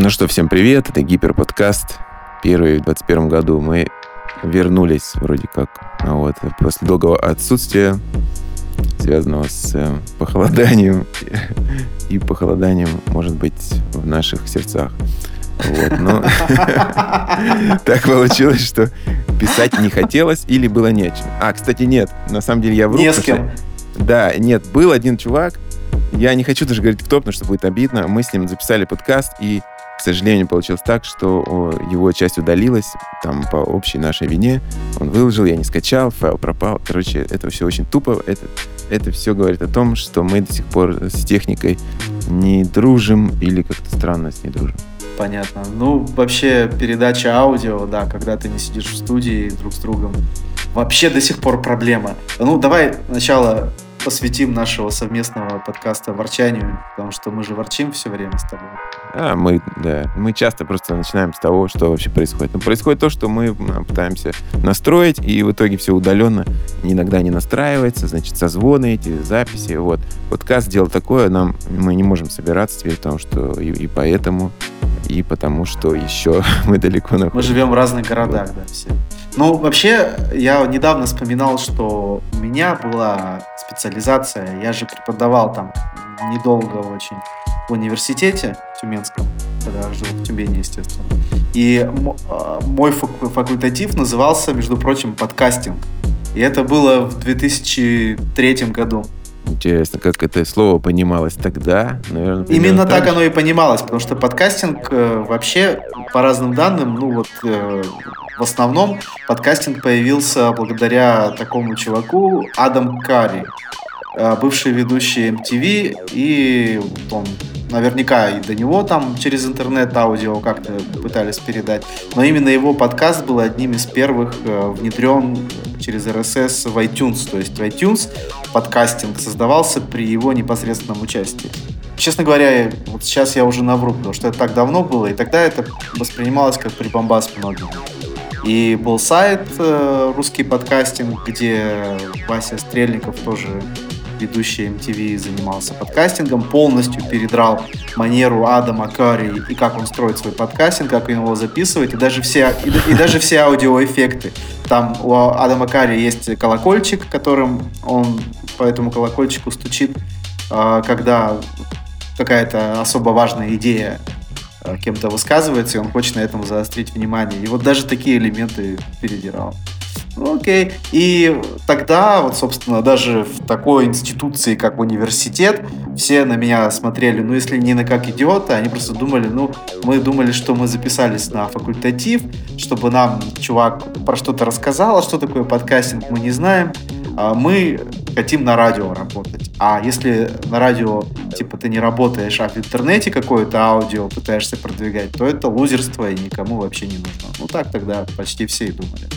Ну что, всем привет, это Гиперподкаст. Первый в 2021 году мы вернулись вроде как после долгого отсутствия, связанного с похолоданием и похолоданием, может быть, в наших сердцах. Но так получилось, что писать не хотелось или было не о чем. Кстати, нет, на самом деле я вру. Не с кем. Да, нет, был один чувак, я не хочу даже говорить кто, потому что будет обидно. Мы с ним записали подкаст, и, к сожалению, получилось так, что его часть удалилась, там, по общей нашей вине. Он выложил, я не скачал, файл пропал. Короче, это все очень тупо. Это все говорит о том, что мы до сих пор с техникой не дружим или как-то странно с ней дружим. Понятно. Вообще, передача аудио, да, когда ты не сидишь в студии друг с другом, вообще до сих пор проблема. Давай сначала посвятим нашего совместного подкаста ворчанию, потому что мы же ворчим все время с тобой. Мы часто просто начинаем с того, что вообще происходит. Происходит то, что мы пытаемся настроить, и в итоге все удаленно, иногда не настраивается, значит, созвоны эти, записи. Подкаст дело такое, мы не можем собираться теперь, потому что и поэтому, и потому что еще мы далеко находимся. Мы живем в разных городах, да, все. Вообще, я недавно вспоминал, что у меня была специализация, я же преподавал там недолго очень в университете тюменском, когда жил в Тюмени, естественно. И мой факультатив назывался, между прочим, подкастинг. И это было в 2003 году. Интересно, как это слово понималось тогда? Наверное, именно так оно и понималось, потому что подкастинг вообще, по разным данным, в основном подкастинг появился благодаря такому чуваку Адам Карри, бывший ведущий MTV, и он наверняка и до него там через интернет аудио как-то пытались передать, но именно его подкаст был одним из первых внедрен через RSS в iTunes, то есть в iTunes подкастинг создавался при его непосредственном участии. Честно говоря, сейчас я уже навру, потому что это так давно было, и тогда это воспринималось как прибамбас многим. И был сайт «Русский подкастинг», где Вася Стрельников, тоже ведущий MTV, занимался подкастингом, полностью передрал манеру Адама Карри и как он строит свой подкастинг, как он его записывает, и даже все аудиоэффекты. Там у Адама Карри есть колокольчик, которым он по этому колокольчику стучит, когда какая-то особо важная идея кем-то высказывается, и он хочет на этом заострить внимание. И даже такие элементы передирал. Окей. И тогда, собственно, даже в такой институции, как университет, все на меня смотрели, если не на как идиота, они просто думали, мы думали, что мы записались на факультатив, чтобы нам чувак про что-то рассказал, а что такое подкастинг, мы не знаем. Мы хотим на радио работать. А если на радио, ты не работаешь, а в интернете какое-то аудио пытаешься продвигать, то это лузерство и никому вообще не нужно. Так тогда почти все и думали.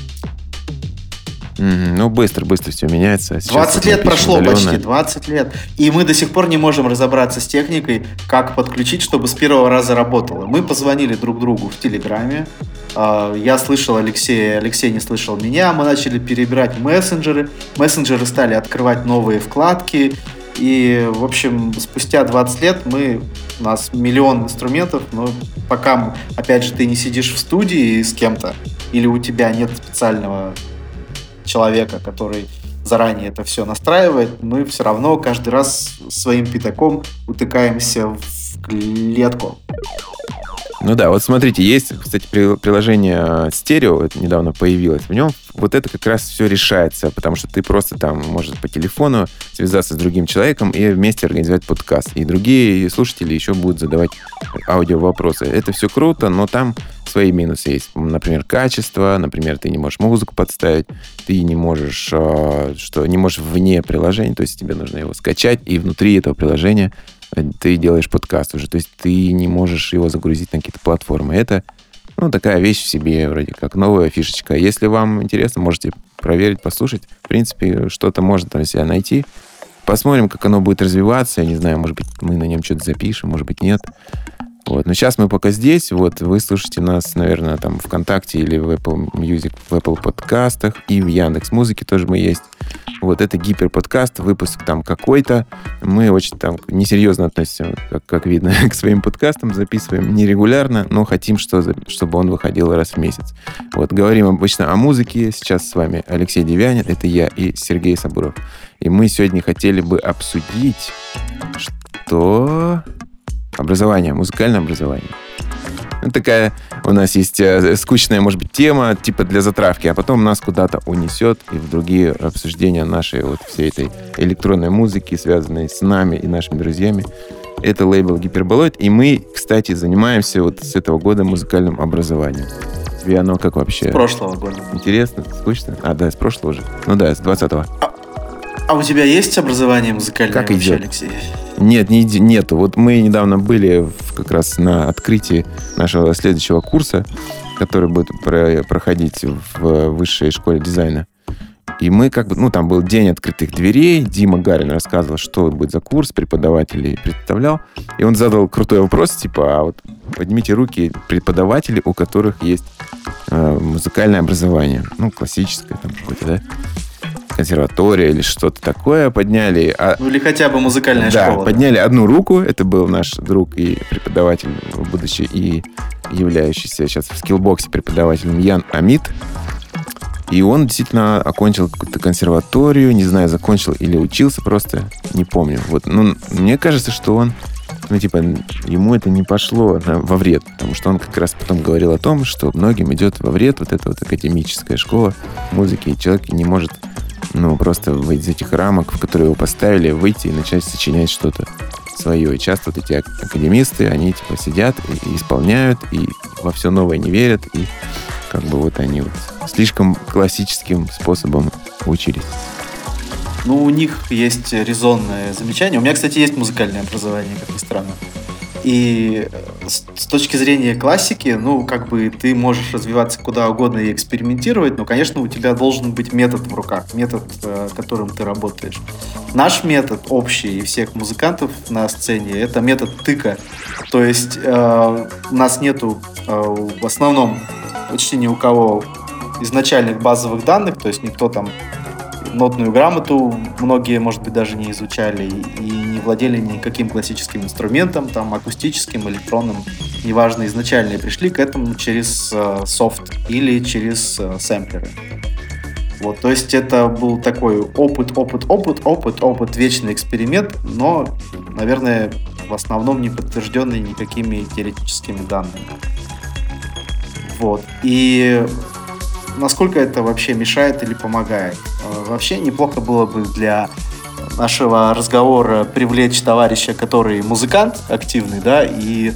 Быстро все меняется. Сейчас 20 лет прошло почти, 20 лет. И мы до сих пор не можем разобраться с техникой, как подключить, чтобы с первого раза работало. Мы позвонили друг другу в Телеграме. Я слышал Алексея, Алексей не слышал меня. Мы начали перебирать мессенджеры. Мессенджеры стали открывать новые вкладки. И, в общем, спустя 20 лет у нас миллион инструментов, но пока, опять же, ты не сидишь в студии с кем-то, или у тебя нет специального человека, который заранее это все настраивает, мы все равно каждый раз своим пятаком утыкаемся в клетку. Смотрите, есть, кстати, приложение стерео, это недавно появилось. В нем это как раз все решается, потому что ты просто там можешь по телефону связаться с другим человеком и вместе организовать подкаст. И другие слушатели еще будут задавать аудиовопросы. Это все круто, но там свои минусы есть. Например, качество, например, ты не можешь музыку подставить, ты не можешь вне приложения, то есть тебе нужно его скачать, и внутри этого приложения ты делаешь подкаст уже. То есть ты не можешь его загрузить на какие-то платформы. Это, такая вещь в себе, вроде как новая фишечка. Если вам интересно, можете проверить, послушать. В принципе, что-то можно там себя найти. Посмотрим, как оно будет развиваться. Я не знаю, может быть, мы на нем что-то запишем, может быть, нет. Но сейчас мы пока здесь. Вы слушаете нас, наверное, там ВКонтакте или в Apple Music, в Apple подкастах. И в Яндекс.Музыке тоже мы есть. Вот это гиперподкаст, выпуск там какой-то. Мы очень там несерьезно относимся, как видно, к своим подкастам. Записываем нерегулярно, но хотим, чтобы он выходил раз в месяц. Вот, говорим обычно о музыке. Сейчас с вами Алексей Девянин, это я и Сергей Сабуров. И мы сегодня хотели бы обсудить, что... Образование, музыкальное образование. Такая у нас есть скучная, может быть, тема, типа для затравки, а потом нас куда-то унесет и в другие обсуждения нашей вот всей этой электронной музыки, связанной с нами и нашими друзьями. Это лейбл Гиперболоид, и мы, кстати, занимаемся вот с этого года музыкальным образованием. Тебе оно как вообще? С прошлого года. Интересно? Скучно? Да, с прошлого уже. Ну да, с 20-го. А у тебя есть образование музыкальное как вообще, идет? Алексей? Нету. Вот мы недавно были как раз на открытии нашего следующего курса, который будет проходить в высшей школе дизайна. И мы там был день открытых дверей. Дима Гарин рассказывал, что будет за курс, преподавателей представлял. И он задал крутой вопрос, типа, а вот поднимите руки преподаватели, у которых есть музыкальное образование. Классическое там какое-то, да? Консерватория или что-то такое подняли. Или хотя бы музыкальная школа. Да, подняли одну руку. Это был наш друг и преподаватель, будущий и являющийся сейчас в скиллбоксе преподавателем Ян Амит. И он действительно окончил какую-то консерваторию. Не знаю, закончил или учился просто. Не помню. Вот, мне кажется, что он... ему это не пошло во вред. Потому что он как раз потом говорил о том, что многим идет во вред вот эта вот академическая школа музыки. И человек не может... просто из этих рамок, в которые его поставили, выйти и начать сочинять что-то свое. И часто вот эти академисты, они сидят и исполняют, и во все новое не верят, и они слишком классическим способом учились. У них есть резонное замечание. У меня, кстати, есть музыкальное образование, как ни странно. И с точки зрения классики, ты можешь развиваться куда угодно и экспериментировать, но, конечно, у тебя должен быть метод в руках, метод, которым ты работаешь. Наш метод общий и всех музыкантов на сцене — это метод тыка. То есть у нас нету в основном почти ни у кого изначальных базовых данных, то есть никто там нотную грамоту многие, может быть, даже не изучали и не владели никаким классическим инструментом, там, акустическим, электронным, неважно, изначально пришли к этому через софт или через сэмплеры. Вот, то есть это был такой опыт, вечный эксперимент, но, наверное, в основном не подтвержденный никакими теоретическими данными. Вот, и... Насколько это вообще мешает или помогает? Вообще неплохо было бы для нашего разговора привлечь товарища, который музыкант активный, да, и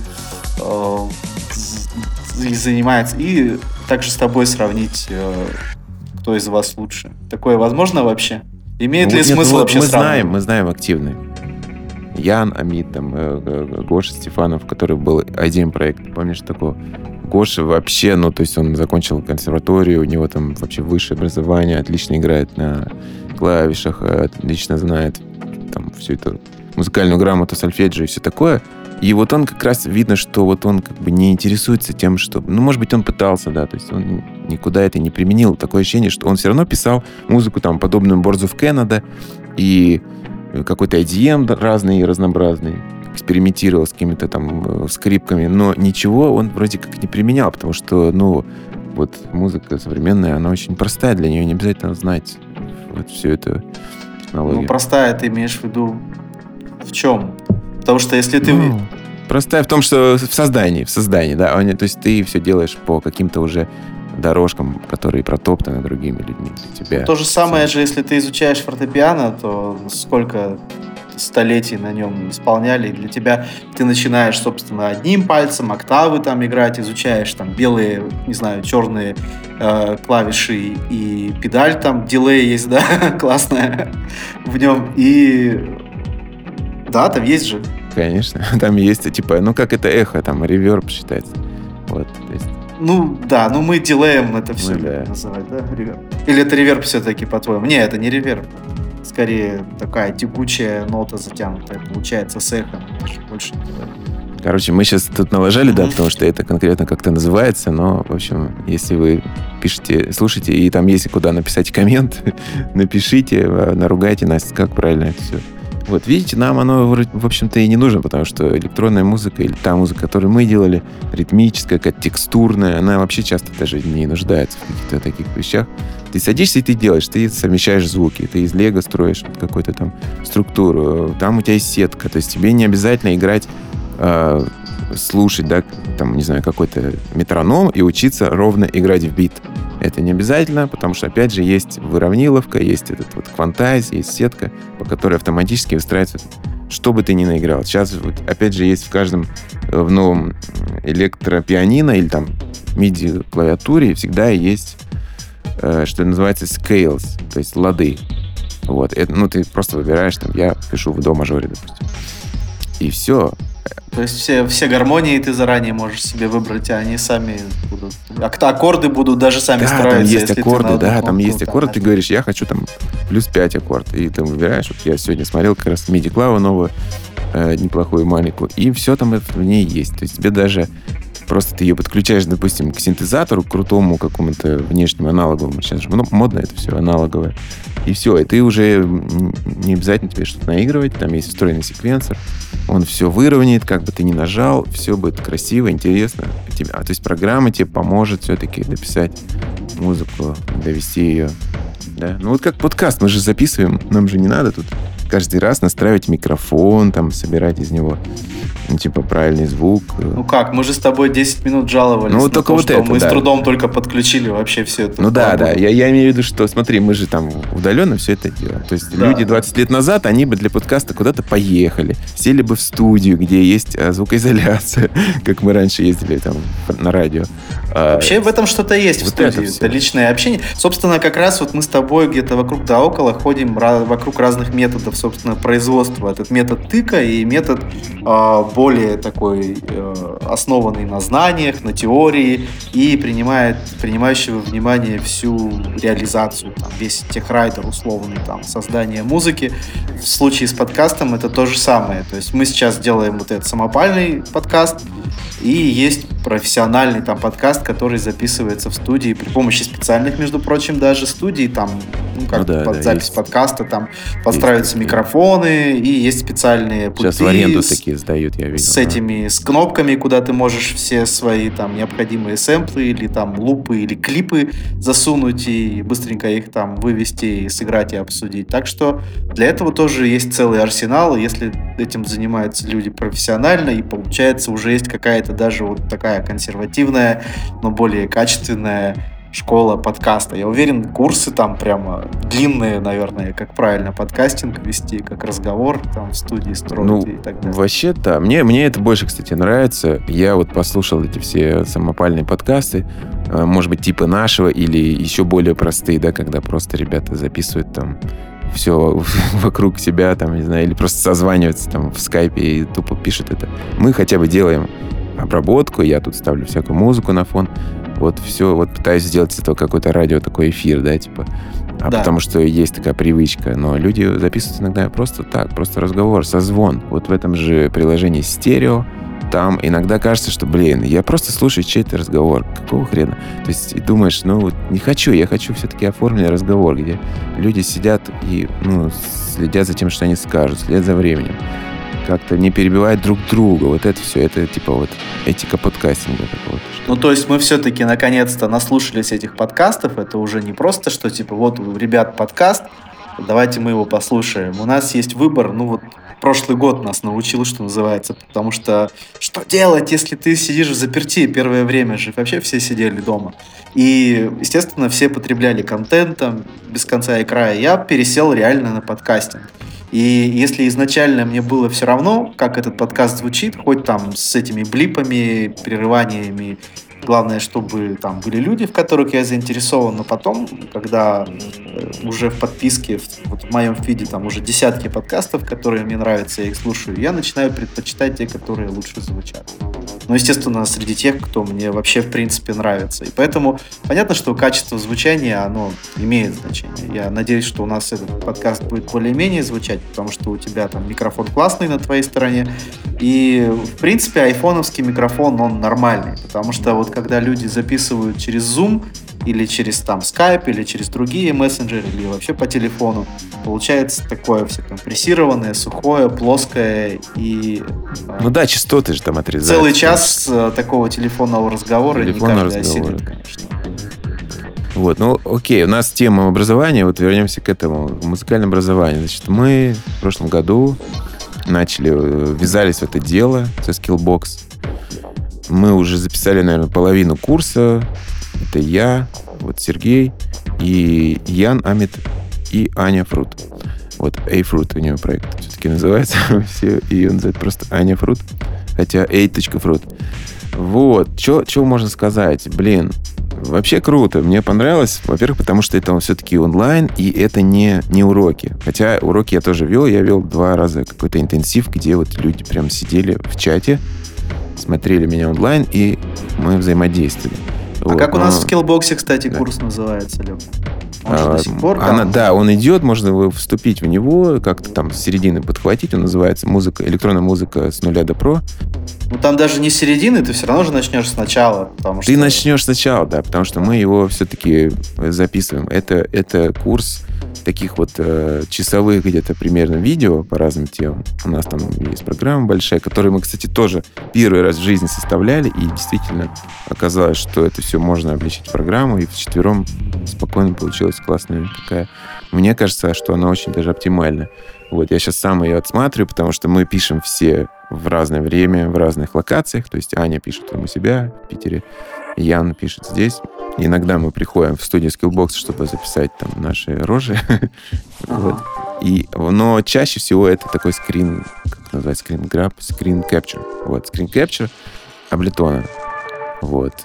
занимается, и также с тобой сравнить, кто из вас лучше. Такое возможно вообще? Имеет ли смысл вообще сравнивать? Мы знаем активный. Ян Амит, Гоша Стефанов, который был один проект, помнишь такого? Гоша вообще, то есть он закончил консерваторию, у него там вообще высшее образование, отлично играет на клавишах, отлично знает там всю эту музыкальную грамоту, сольфеджио и все такое. И вот он как раз видно, что вот он не интересуется тем, что... может быть, он пытался, да, то есть он никуда это не применил. Такое ощущение, что он все равно писал музыку там подобную Boards of Canada и какой-то IDM разный, разнообразный. Экспериментировал с какими-то там скрипками, но ничего он вроде как не применял, потому что, музыка современная, она очень простая, для нее не обязательно знать вот всю эту технологию. Простая ты имеешь в виду в чем? Потому что если ты... Простая в том, что в создании, да, то есть ты все делаешь по каким-то уже дорожкам, которые протоптаны другими людьми. То же самое же, если ты изучаешь фортепиано, то сколько столетий на нем исполняли, и для тебя ты начинаешь, собственно, одним пальцем октавы там играть, изучаешь там белые, не знаю, черные клавиши и педаль, там дилей есть, да, классная в нем, и да, там есть же. Конечно, там есть, как это эхо, там реверб считается. Вот, то есть... мы дилеем это все называть, да, реверб. Или это реверб все-таки, по-твоему? Не, это не реверб. Скорее, такая тягучая нота затянутая, получается, с эхом. Больше Короче, мы сейчас тут налажали, да, потому что это конкретно как-то называется, но, в общем, если вы пишете, слушайте, и там есть куда написать коммент, напишите, наругайте нас, как правильно это все. Вот, видите, нам оно, в общем-то, и не нужно, потому что электронная музыка или та музыка, которую мы делали, ритмическая, какая-то текстурная, она вообще часто даже не нуждается в каких-то таких вещах. Ты садишься и ты делаешь, ты совмещаешь звуки, ты из лего строишь какую-то там структуру, там у тебя есть сетка, то есть тебе не обязательно играть, слушать, да, там, не знаю, какой-то метроном и учиться ровно играть в бит. Это не обязательно, потому что, опять же, есть выровниловка, есть этот вот квантайз, есть сетка, по которой автоматически выстраивается, что бы ты ни наиграл. Сейчас, вот, опять же, есть в каждом, в новом электропианино или там MIDI-клавиатуре всегда есть, что называется, scales, то есть лады. Вот. Это, ну, ты просто выбираешь, там, я пишу в до-мажоре, допустим. И все. То есть все гармонии ты заранее можешь себе выбрать, а они сами будут... Аккорды будут даже сами да, строиться. Там есть аккорды, да, там есть там, аккорды. Ты говоришь, я хочу там плюс 5 аккорд. И ты выбираешь. Вот я сегодня смотрел как раз MIDI-клаву новую, неплохую, маленькую. И все там в ней есть. То есть тебе даже... Просто ты ее подключаешь, допустим, к синтезатору, к крутому какому-то внешнему аналоговому. Сейчас же модно это все, аналоговое. И все, и ты уже не обязательно тебе что-то наигрывать. Там есть встроенный секвенсор. Он все выровняет, как бы ты ни нажал. Все будет красиво, интересно. То есть программа тебе поможет все-таки дописать музыку, довести ее. Да? Ну вот как подкаст, мы же записываем. Нам же не надо тут каждый раз настраивать микрофон, там, собирать из него, ну, типа, правильный звук. Ну как, мы же с тобой 10 минут жаловались ну, на только то, вот что это, мы да. с трудом только подключили вообще все это. Ну да, я имею в виду, что, смотри, мы же там удаленно все это делаем. То есть да, люди 20 лет назад, они бы для подкаста куда-то поехали, сели бы в студию, где есть звукоизоляция, как мы раньше ездили там на радио. Вообще в этом что-то есть вот в студии. Это личное общение. Собственно, как раз вот мы с тобой где-то вокруг да около ходим вокруг разных методов, собственно, производства. Этот метод тыка и метод более такой основанный на знаниях, на теории и принимающего внимание всю реализацию, там, весь техрайдер условный, там, создание музыки. В случае с подкастом это то же самое. То есть мы сейчас делаем вот этот самопальный подкаст, и есть профессиональный там подкаст, который записывается в студии при помощи специальных, между прочим, даже студий, там, ну, как запись есть. Подкаста, там подстраиваются микрофоны, и есть специальные пульты. Сейчас в аренду такие сдают, я видел. С кнопками, куда ты можешь все свои там необходимые сэмплы или там лупы или клипы засунуть и быстренько их там вывести и сыграть и обсудить. Так что для этого тоже есть целый арсенал, и если этим занимаются люди профессионально, и получается уже есть какая-то даже вот такая консервативная, но более качественная школа подкаста. Я уверен, курсы там прямо длинные, наверное, как правильно подкастинг вести, как разговор там в студии строить и так далее. Вообще, да. Мне это больше, кстати, нравится. Я вот послушал эти все самопальные подкасты, может быть, типа нашего или еще более простые, да, когда просто ребята записывают там все вокруг себя, там, не знаю, или просто созваниваются там в скайпе и тупо пишут это. Мы хотя бы делаем обработку, я тут ставлю всякую музыку на фон. Вот все, вот пытаюсь сделать из этого какой-то радио, такой эфир, да, типа. Да. Потому что есть такая привычка. Но люди записывают иногда просто так, просто разговор, созвон. Вот в этом же приложении стерео. Там иногда кажется, что, я просто слушаю чей-то разговор. Какого хрена? То есть и думаешь, вот не хочу, я хочу все-таки оформить разговор, где люди сидят и, следят за тем, что они скажут, следят за временем. Как-то не перебивают друг друга. Вот это все, это типа вот этика подкастинга. Ну, то есть мы все-таки наконец-то наслушались этих подкастов. Это уже не просто, что типа вот у ребят подкаст, давайте мы его послушаем. У нас есть выбор, прошлый год нас научил, что называется, потому что делать, если ты сидишь в заперти? Первое время же вообще все сидели дома. И, естественно, все потребляли контент там, без конца и края. Я пересел реально на подкастинг. И если изначально мне было все равно, как этот подкаст звучит, хоть там с этими блипами, прерываниями, главное, чтобы там были люди, в которых я заинтересован, но потом, когда уже в подписке, вот в моем фиде там уже десятки подкастов, которые мне нравятся, я их слушаю, я начинаю предпочитать те, которые лучше звучат. но, естественно, среди тех, кто мне вообще, в принципе, нравится. И поэтому понятно, что качество звучания, оно имеет значение. Я надеюсь, что у нас этот подкаст будет более-менее звучать, потому что у тебя там микрофон классный на твоей стороне. И, в принципе, айфоновский микрофон, он нормальный, потому что вот когда люди записывают через Zoom, или через там Skype, или через другие мессенджеры, или вообще по телефону, получается такое все компрессированное, сухое, плоское и... Ну да, частоты же там отрезают. Целый час такого телефонного разговора не каждый осилит, конечно. Вот, ну окей, у нас тема образования, вот вернемся к этому, музыкальному образованию. Значит, мы в прошлом году ввязались в это дело со Skillbox. Мы уже записали, наверное, половину курса. Это я, вот Сергей, и Ян Амит, и Аня Фрут. Вот A-Fruit у нее проект все-таки называется. Все ее называют просто Аня Фрут. Хотя A.Fruit. Вот. Что можно сказать? Блин, вообще круто. Мне понравилось. Во-первых, потому что это все-таки онлайн, и это не уроки. Хотя уроки я тоже вел. Я вел 2 раза какой-то интенсив, где вот люди прям сидели в чате, смотрели меня онлайн, и мы взаимодействовали. А вот, как у нас в Skillbox, кстати, курс называется, Лёв? Он же до сих пор там? Да, он идет, можно вступить в него, как-то там с середины подхватить. Он называется электронная музыка с нуля до про. Ну, там даже не с середины, ты все равно же начнешь сначала. Ты начнешь сначала, да, потому что мы его все-таки записываем. Это курс таких вот часовых где-то примерно видео по разным темам. У нас там есть программа большая, которую мы, кстати, тоже первый раз в жизни составляли, и действительно оказалось, что это все можно облечить в программу, и вчетвером спокойно получилась классная такая. Мне кажется, что она очень даже оптимальна. Вот, я сейчас сам ее отсматриваю, потому что мы пишем все в разное время, в разных локациях. То есть Аня пишет там у себя в Питере, Ян пишет здесь. Иногда мы приходим в студию Skillbox, чтобы записать там наши рожи. Вот. Но чаще всего это такой скрин, как называется, скрин capture. Вот, скрин capture Ableton. Вот.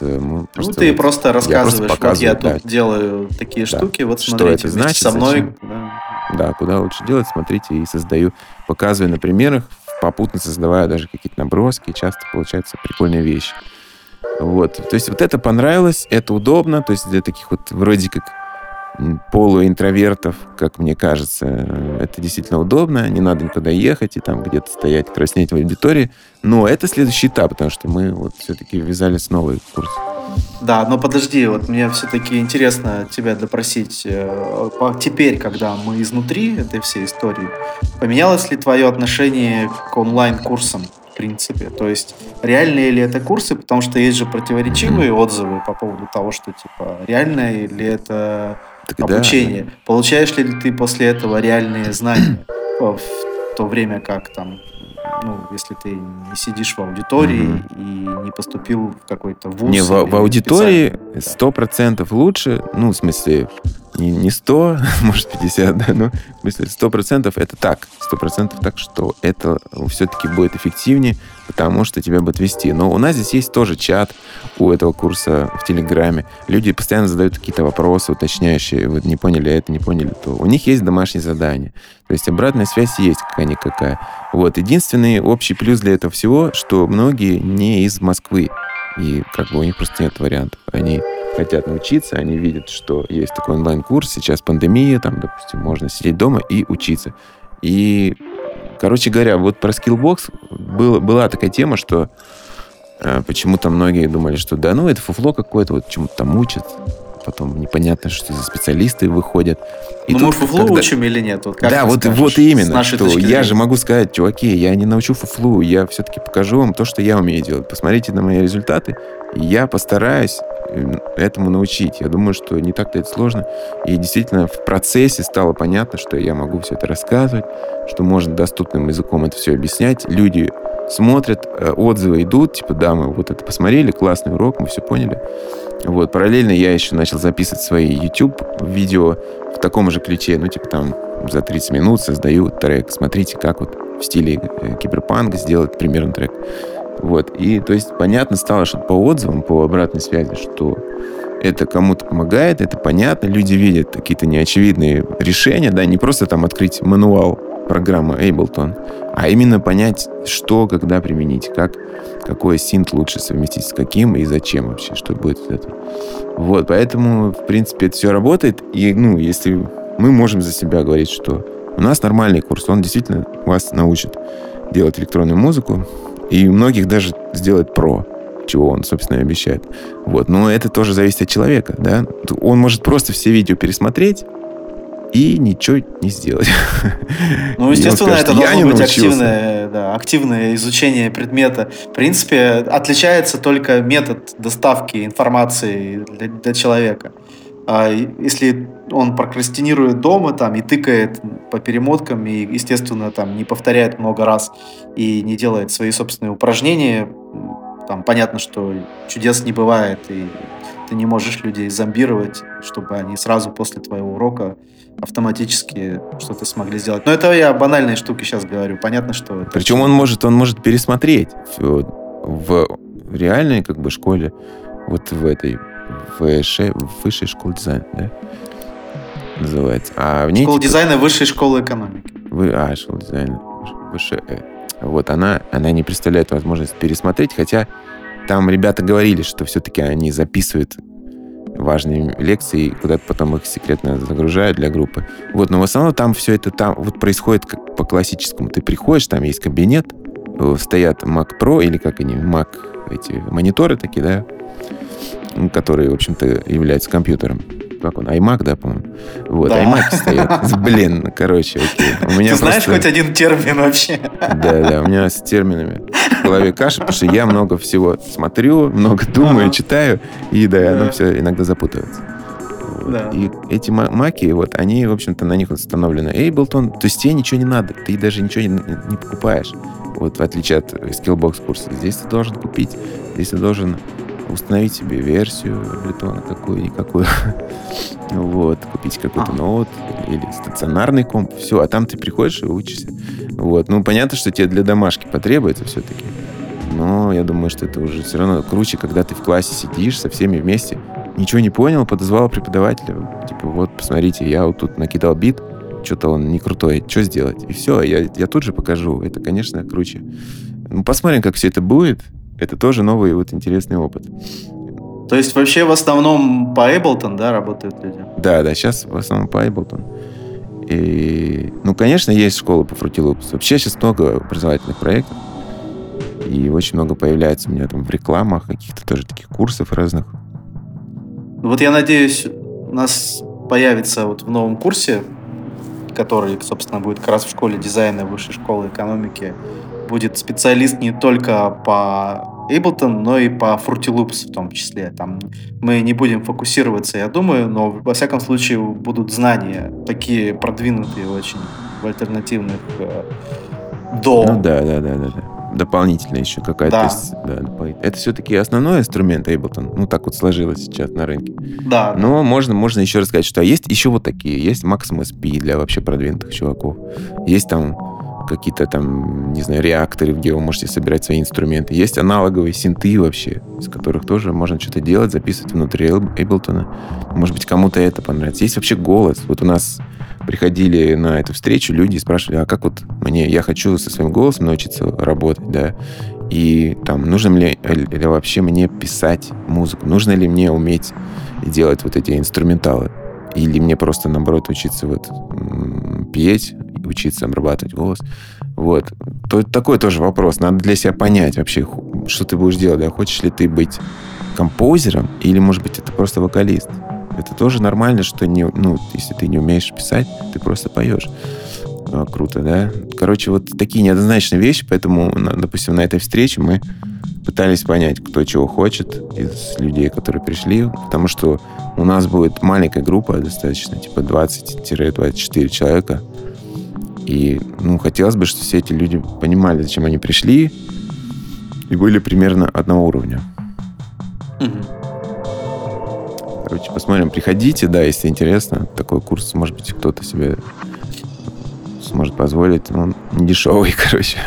Ты просто рассказываешь, вот я тут делаю такие штуки, вот смотрите, что это значит, со мной. Да, куда лучше делать, смотрите, и создаю, показываю на примерах, попутно создавая даже какие-то наброски, и часто получаются прикольные вещи. Вот. То есть вот это понравилось, это удобно, то есть для таких вот вроде как полуинтровертов, как мне кажется, это действительно удобно, не надо никуда ехать и там где-то стоять, краснеть в аудитории, но это следующий этап, потому что мы вот все-таки ввязались в новый курс. Да, но подожди, вот мне все-таки интересно тебя допросить. Теперь, когда мы изнутри этой всей истории, поменялось ли твое отношение к онлайн-курсам? В принципе. То есть, реальные ли это курсы? Потому что есть же противоречивые отзывы по поводу того, что, типа, реальное ли это обучение. Да. Получаешь ли ты после этого реальные знания в то время как там, ну, если ты не сидишь в аудитории и не поступил в какой-то вуз? Не, в аудитории 100% лучше, ну, в смысле, не 100, может, 50, да, но в смысле 100% это так. 100% так, что это все-таки будет эффективнее, потому что тебя будут вести. Но у нас здесь есть тоже чат у этого курса в Телеграме. Люди постоянно задают какие-то вопросы уточняющие. Вот не поняли это, не поняли то. У них есть домашние задания. То есть обратная связь есть какая-никакая. Вот. Единственный общий плюс для этого всего, что многие не из Москвы. И как бы у них просто нет вариантов. Они хотят научиться, они видят, что есть такой онлайн-курс, сейчас пандемия, там, допустим, можно сидеть дома и учиться. И, короче говоря, вот про Skillbox была такая тема, что почему-то многие думали, что да, ну, это фуфло какое-то, вот чему-то там учат, потом непонятно, что за специалисты выходят. И мы фуфлу учим или нет? Вот как да, вот именно, что я же могу сказать, чуваки, я не научу фуфлу, я все-таки покажу вам то, что я умею делать. Посмотрите на мои результаты, и я постараюсь этому научить. Я думаю, что не так-то это сложно. И действительно в процессе стало понятно, что я могу все это рассказывать, что можно доступным языком это все объяснять. Люди смотрят, отзывы идут, типа, да, мы вот это посмотрели, классный урок, мы все поняли. Вот, параллельно я еще начал записывать свои YouTube-видео в таком же ключе, ну, типа, там, за 30 минут создаю трек. Смотрите, как вот в стиле киберпанк сделать примерно трек. Вот, и, то есть, понятно стало, что по отзывам, по обратной связи, что это кому-то помогает, это понятно, люди видят какие-то неочевидные решения, да, не просто там открыть мануал программы Ableton, а именно понять, что, когда применить, как какой синт лучше совместить с каким и зачем вообще, что будет это. Вот, поэтому, в принципе, это все работает. И, если мы можем за себя говорить, что у нас нормальный курс, он действительно вас научит делать электронную музыку, и многих даже сделает про, чего он, собственно, и обещает. Вот. Но это тоже зависит от человека, да. Он может просто все видео пересмотреть и ничего не сделать. Ну, естественно, это должно быть активное изучение предмета. В принципе, отличается только метод доставки информации для человека. Если он прокрастинирует дома и тыкает по перемоткам, и, естественно, не повторяет много раз и не делает свои собственные упражнения, понятно, что чудес не бывает, и ты не можешь людей зомбировать, чтобы они сразу после твоего урока автоматически что-то смогли сделать. Но это я банальные штуки сейчас говорю. Понятно, что... Причем он может пересмотреть в реальной школе, вот в этой высшей школе дизайна, да? Называется. А в ней, школа дизайна высшей школы экономики. Школа дизайна высшая. Вот она не представляет возможность пересмотреть, хотя там ребята говорили, что все-таки они записывают важные лекции, куда-то потом их секретно загружают для группы. Вот, но в основном там все это происходит как по классическому. Ты приходишь, там есть кабинет, стоят Mac Pro или как они, Mac, эти мониторы такие, да, которые, в общем-то, являются компьютером. Как он? iMac, да, по-моему? Вот, да. iMac стоят. Блин, короче, окей. Ты знаешь хоть один термин вообще? Да, у меня с терминами в голове каша, потому что я много всего смотрю, много думаю, читаю, и оно все иногда запутывается. Да. И эти маки, они, в общем-то, на них установлены Ableton, то есть тебе ничего не надо, ты даже ничего не покупаешь. Вот, в отличие от Skillbox курса. Здесь ты должен купить, здесь ты должен установить себе версию Ableton, какую-никакую. Вот, купить какой-то ноут или стационарный комп. Все, а там ты приходишь и учишься. Вот, понятно, что тебе для домашки потребуется все-таки. Но я думаю, что это уже все равно круче, когда ты в классе сидишь со всеми вместе. Ничего не понял, подозвал преподавателя. Типа, посмотрите, я тут накидал бит, что-то он не крутой, что сделать? И все, я тут же покажу. Это, конечно, круче. Посмотрим, как все это будет. Это тоже новый интересный опыт. То есть вообще в основном по Ableton, да, работают люди? Да, сейчас в основном по Ableton. И, конечно, есть школа по Fruity Loops. Вообще сейчас много образовательных проектов. И очень много появляется у меня там в рекламах, каких-то тоже таких курсов разных. Вот я надеюсь, у нас появится в новом курсе, который, собственно, будет как раз в школе дизайна высшей школы экономики, будет специалист не только по Ableton, но и по Fruity Loops в том числе. Там мы не будем фокусироваться, я думаю, но во всяком случае будут знания такие продвинутые очень в альтернативных до. Да. Дополнительно еще какая-то. Да. Это все-таки основной инструмент Ableton. Так сложилось сейчас на рынке. Да. Но можно еще рассказать, что есть еще такие. Есть Maximus P для вообще продвинутых чуваков. Есть там какие-то не знаю, реакторы, где вы можете собирать свои инструменты. Есть аналоговые синты вообще, из которых тоже можно что-то делать, записывать внутри Ableton. Может быть, кому-то это понравится. Есть вообще голос. У нас приходили на эту встречу люди и спрашивали, а как я хочу со своим голосом научиться работать, да, и нужно ли вообще мне писать музыку, нужно ли мне уметь делать эти инструменталы, или мне просто, наоборот, учиться петь, учиться обрабатывать голос. То такой тоже вопрос. Надо для себя понять вообще, что ты будешь делать, да, хочешь ли ты быть композером, или, может быть, это просто вокалист. Это тоже нормально, что если ты не умеешь писать, ты просто поешь. Круто, да? Короче, такие неоднозначные вещи, поэтому, допустим, на этой встрече мы пытались понять, кто чего хочет из людей, которые пришли, потому что у нас будет маленькая группа, достаточно, 20-24 человека. И, хотелось бы, чтобы все эти люди понимали, зачем они пришли, и были примерно одного уровня. Короче, посмотрим. Приходите, да, если интересно. Такой курс, может быть, кто-то себе сможет позволить. Он не дешевый, короче.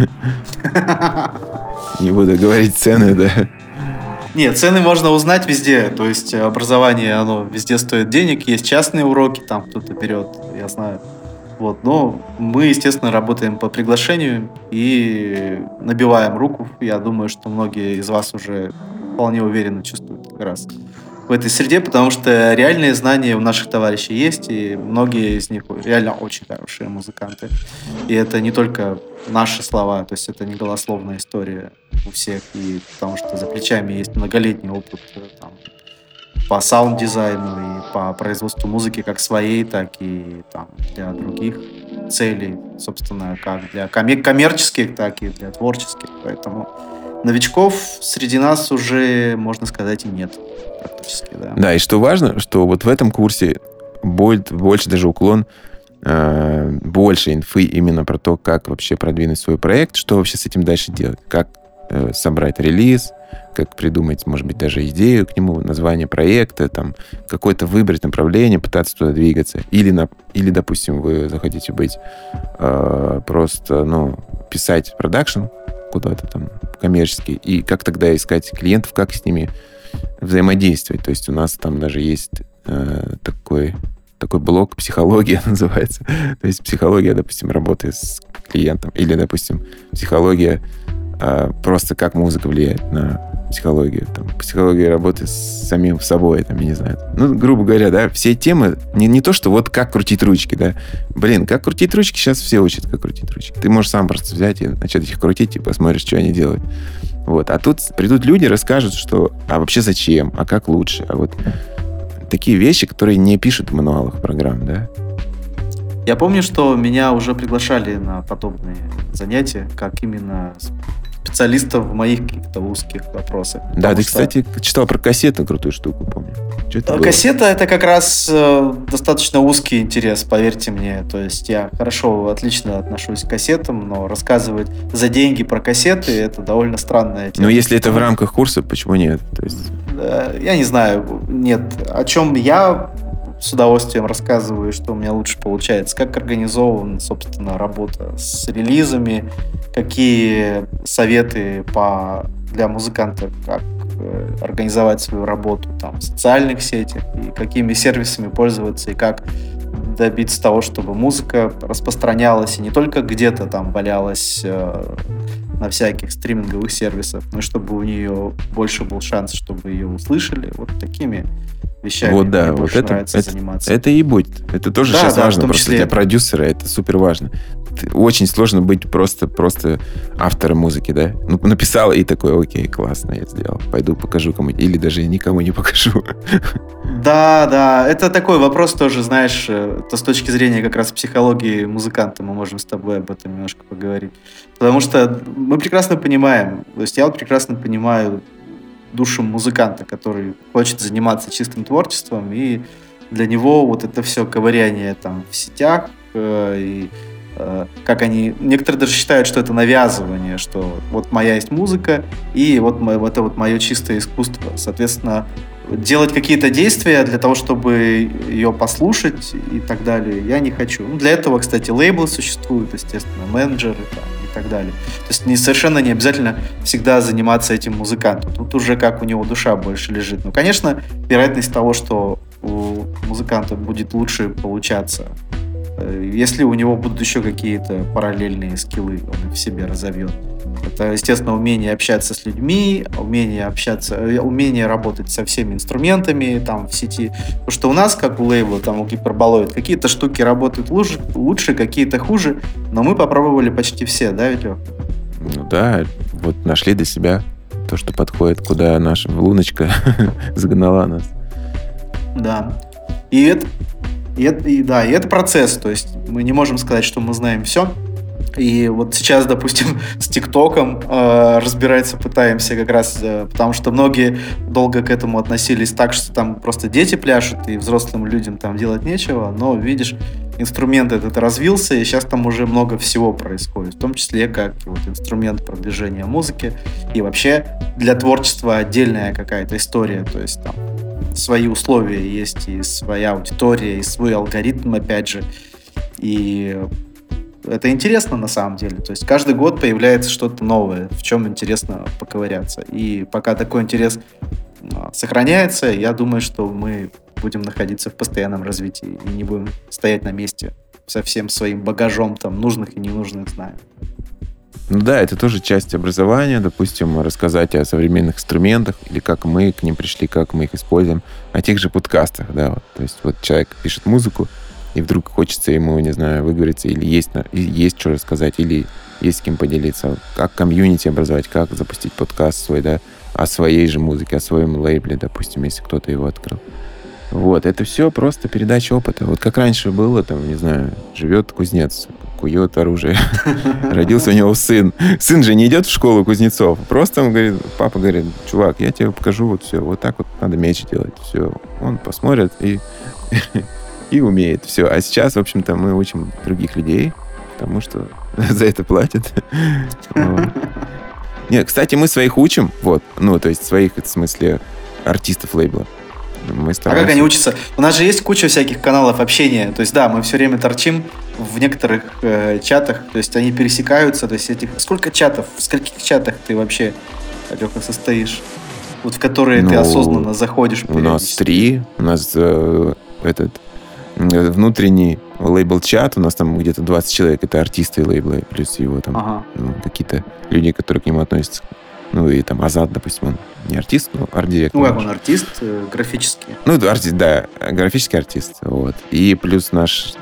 Не буду говорить цены, да. Нет, цены можно узнать везде. То есть образование, оно везде стоит денег. Есть частные уроки, там кто-то берет, я знаю. Вот, но мы, естественно, работаем по приглашению и набиваем руку. Я думаю, что многие из вас уже вполне уверенно чувствуют как раз в этой среде, потому что реальные знания у наших товарищей есть, и многие из них реально очень хорошие музыканты. И это не только наши слова, то есть это не голословная история у всех, и потому что за плечами есть многолетний опыт там, по саунд-дизайну и по производству музыки как своей, так и там, для других целей, собственно, как для коммерческих, так и для творческих. Поэтому новичков среди нас уже, можно сказать, и нет практически, да. Да, и что важно, что вот в этом курсе больше даже уклон, больше инфы именно про то, как вообще продвинуть свой проект, что вообще с этим дальше делать, как собрать релиз, как придумать, может быть, даже идею к нему, название проекта, там, какое-то выбрать направление, пытаться туда двигаться. Или допустим, вы захотите быть просто, писать продакшн куда-то там коммерческий, и как тогда искать клиентов, как с ними взаимодействовать. То есть у нас там даже есть такой блок, психология называется. То есть психология, допустим, работы с клиентом, или, допустим, психология просто как музыка влияет на психологию. Там, психология работы с самим собой, там, я не знаю. Грубо говоря, да, все темы, не то, что вот как крутить ручки, да. Как крутить ручки, сейчас все учат, как крутить ручки. Ты можешь сам просто взять и начать их крутить, и посмотришь, что они делают. Вот. А тут придут люди, расскажут, что, а вообще зачем, а как лучше. А вот такие вещи, которые не пишут в мануалах программ, да. Я помню, что меня уже приглашали на подобные занятия, как именно специалистов в моих каких-то узких вопросах. Да, ты, кстати, читал про кассету, крутую штуку, помню. Кассета — это как раз достаточно узкий интерес, поверьте мне. То есть я отлично отношусь к кассетам, но рассказывать за деньги про кассеты — это довольно странная тема. Но если это в рамках курса, почему нет? То есть... Я не знаю, нет. О чем я с удовольствием рассказываю, что у меня лучше получается, как организована, собственно, работа с релизами, какие советы для музыкантов, как организовать свою работу там, в социальных сетях, и какими сервисами пользоваться, и как добиться того, чтобы музыка распространялась и не только где-то там валялась на всяких стриминговых сервисах, но и чтобы у нее больше был шанс, чтобы ее услышали. Вот такими вещами вот, да, мне больше вот нравится заниматься. Это и будет. Это тоже сейчас важно просто для продюсера. Это супер важно. Очень сложно быть просто автором музыки, да? Написал и такой, окей, классно, я сделал. Пойду покажу кому-нибудь. Или даже никому не покажу. Да. Это такой вопрос тоже, знаешь, то с точки зрения как раз психологии музыканта мы можем с тобой об этом немножко поговорить. Потому что мы прекрасно понимаем, то есть я прекрасно понимаю душу музыканта, который хочет заниматься чистым творчеством, и для него вот это все ковыряние там в сетях, и как они... Некоторые даже считают, что это навязывание, что вот моя есть музыка, и вот это вот мое чистое искусство. Соответственно, делать какие-то действия для того, чтобы ее послушать и так далее, я не хочу. Для этого, кстати, лейблы существуют, естественно, менеджеры там, и так далее. То есть совершенно не обязательно всегда заниматься этим музыкантом. Тут уже как у него душа больше лежит. Конечно, вероятность того, что у музыканта будет лучше получаться, если у него будут еще какие-то параллельные скиллы, он их в себе разовьет. Это, естественно, умение общаться с людьми, умение работать со всеми инструментами там в сети. Потому что у нас, как у лейбла, там у Гиперболоид, какие-то штуки работают лучше, какие-то хуже, но мы попробовали почти все, да, ведь, Лёх? Да, вот нашли для себя то, что подходит, куда наша луночка загнала нас. Да. И это процесс, то есть мы не можем сказать, что мы знаем все. И вот сейчас, допустим, с ТикТоком разбираться пытаемся как раз, потому что многие долго к этому относились так, что там просто дети пляшут, и взрослым людям там делать нечего. Но, видишь, инструмент этот развился, и сейчас там уже много всего происходит, в том числе как вот инструмент продвижения музыки. И вообще для творчества отдельная какая-то история, то есть там свои условия есть, и своя аудитория, и свой алгоритм, опять же. И это интересно на самом деле. То есть каждый год появляется что-то новое, в чем интересно поковыряться. И пока такой интерес сохраняется, я думаю, что мы будем находиться в постоянном развитии и не будем стоять на месте со всем своим багажом там нужных и ненужных знаний. Ну да, это тоже часть образования, допустим, рассказать о современных инструментах, или как мы к ним пришли, как мы их используем, о тех же подкастах, да, вот. То есть вот человек пишет музыку, и вдруг хочется ему, не знаю, выговориться, или есть что рассказать, или есть с кем поделиться, как комьюнити образовать, как запустить подкаст свой, да, о своей же музыке, о своем лейбле, допустим, если кто-то его открыл. Вот, это все просто передача опыта. Вот как раньше было, там, не знаю, живет кузнец, кует оружие. Родился у него сын. Сын же не идет в школу кузнецов. Просто он говорит, папа говорит, чувак, я тебе покажу вот все. Вот так вот надо меч делать. Все. Он посмотрит и умеет. Все. А сейчас, в общем-то, мы учим других людей, потому что за это платят. Нет, кстати, мы своих учим. Вот. Ну, то есть своих, в смысле, артистов лейбла. А как они учатся? У нас же есть куча всяких каналов общения. То есть, да, мы все время торчим в некоторых чатах. То есть, они пересекаются. То есть, сколько чатов? В скольких чатах ты вообще, Леха, состоишь? Вот в которые ты осознанно заходишь? У нас 3. У нас внутренний лейбл-чат. У нас там где-то 20 человек. Это артисты лейбла. Плюс его там какие-то люди, которые к нему относятся. Ну, и там Азат, допустим, он не артист, но арт-директор. Ну, как он артист, графический. Ну, артист, да, графический артист. Вот. И плюс наш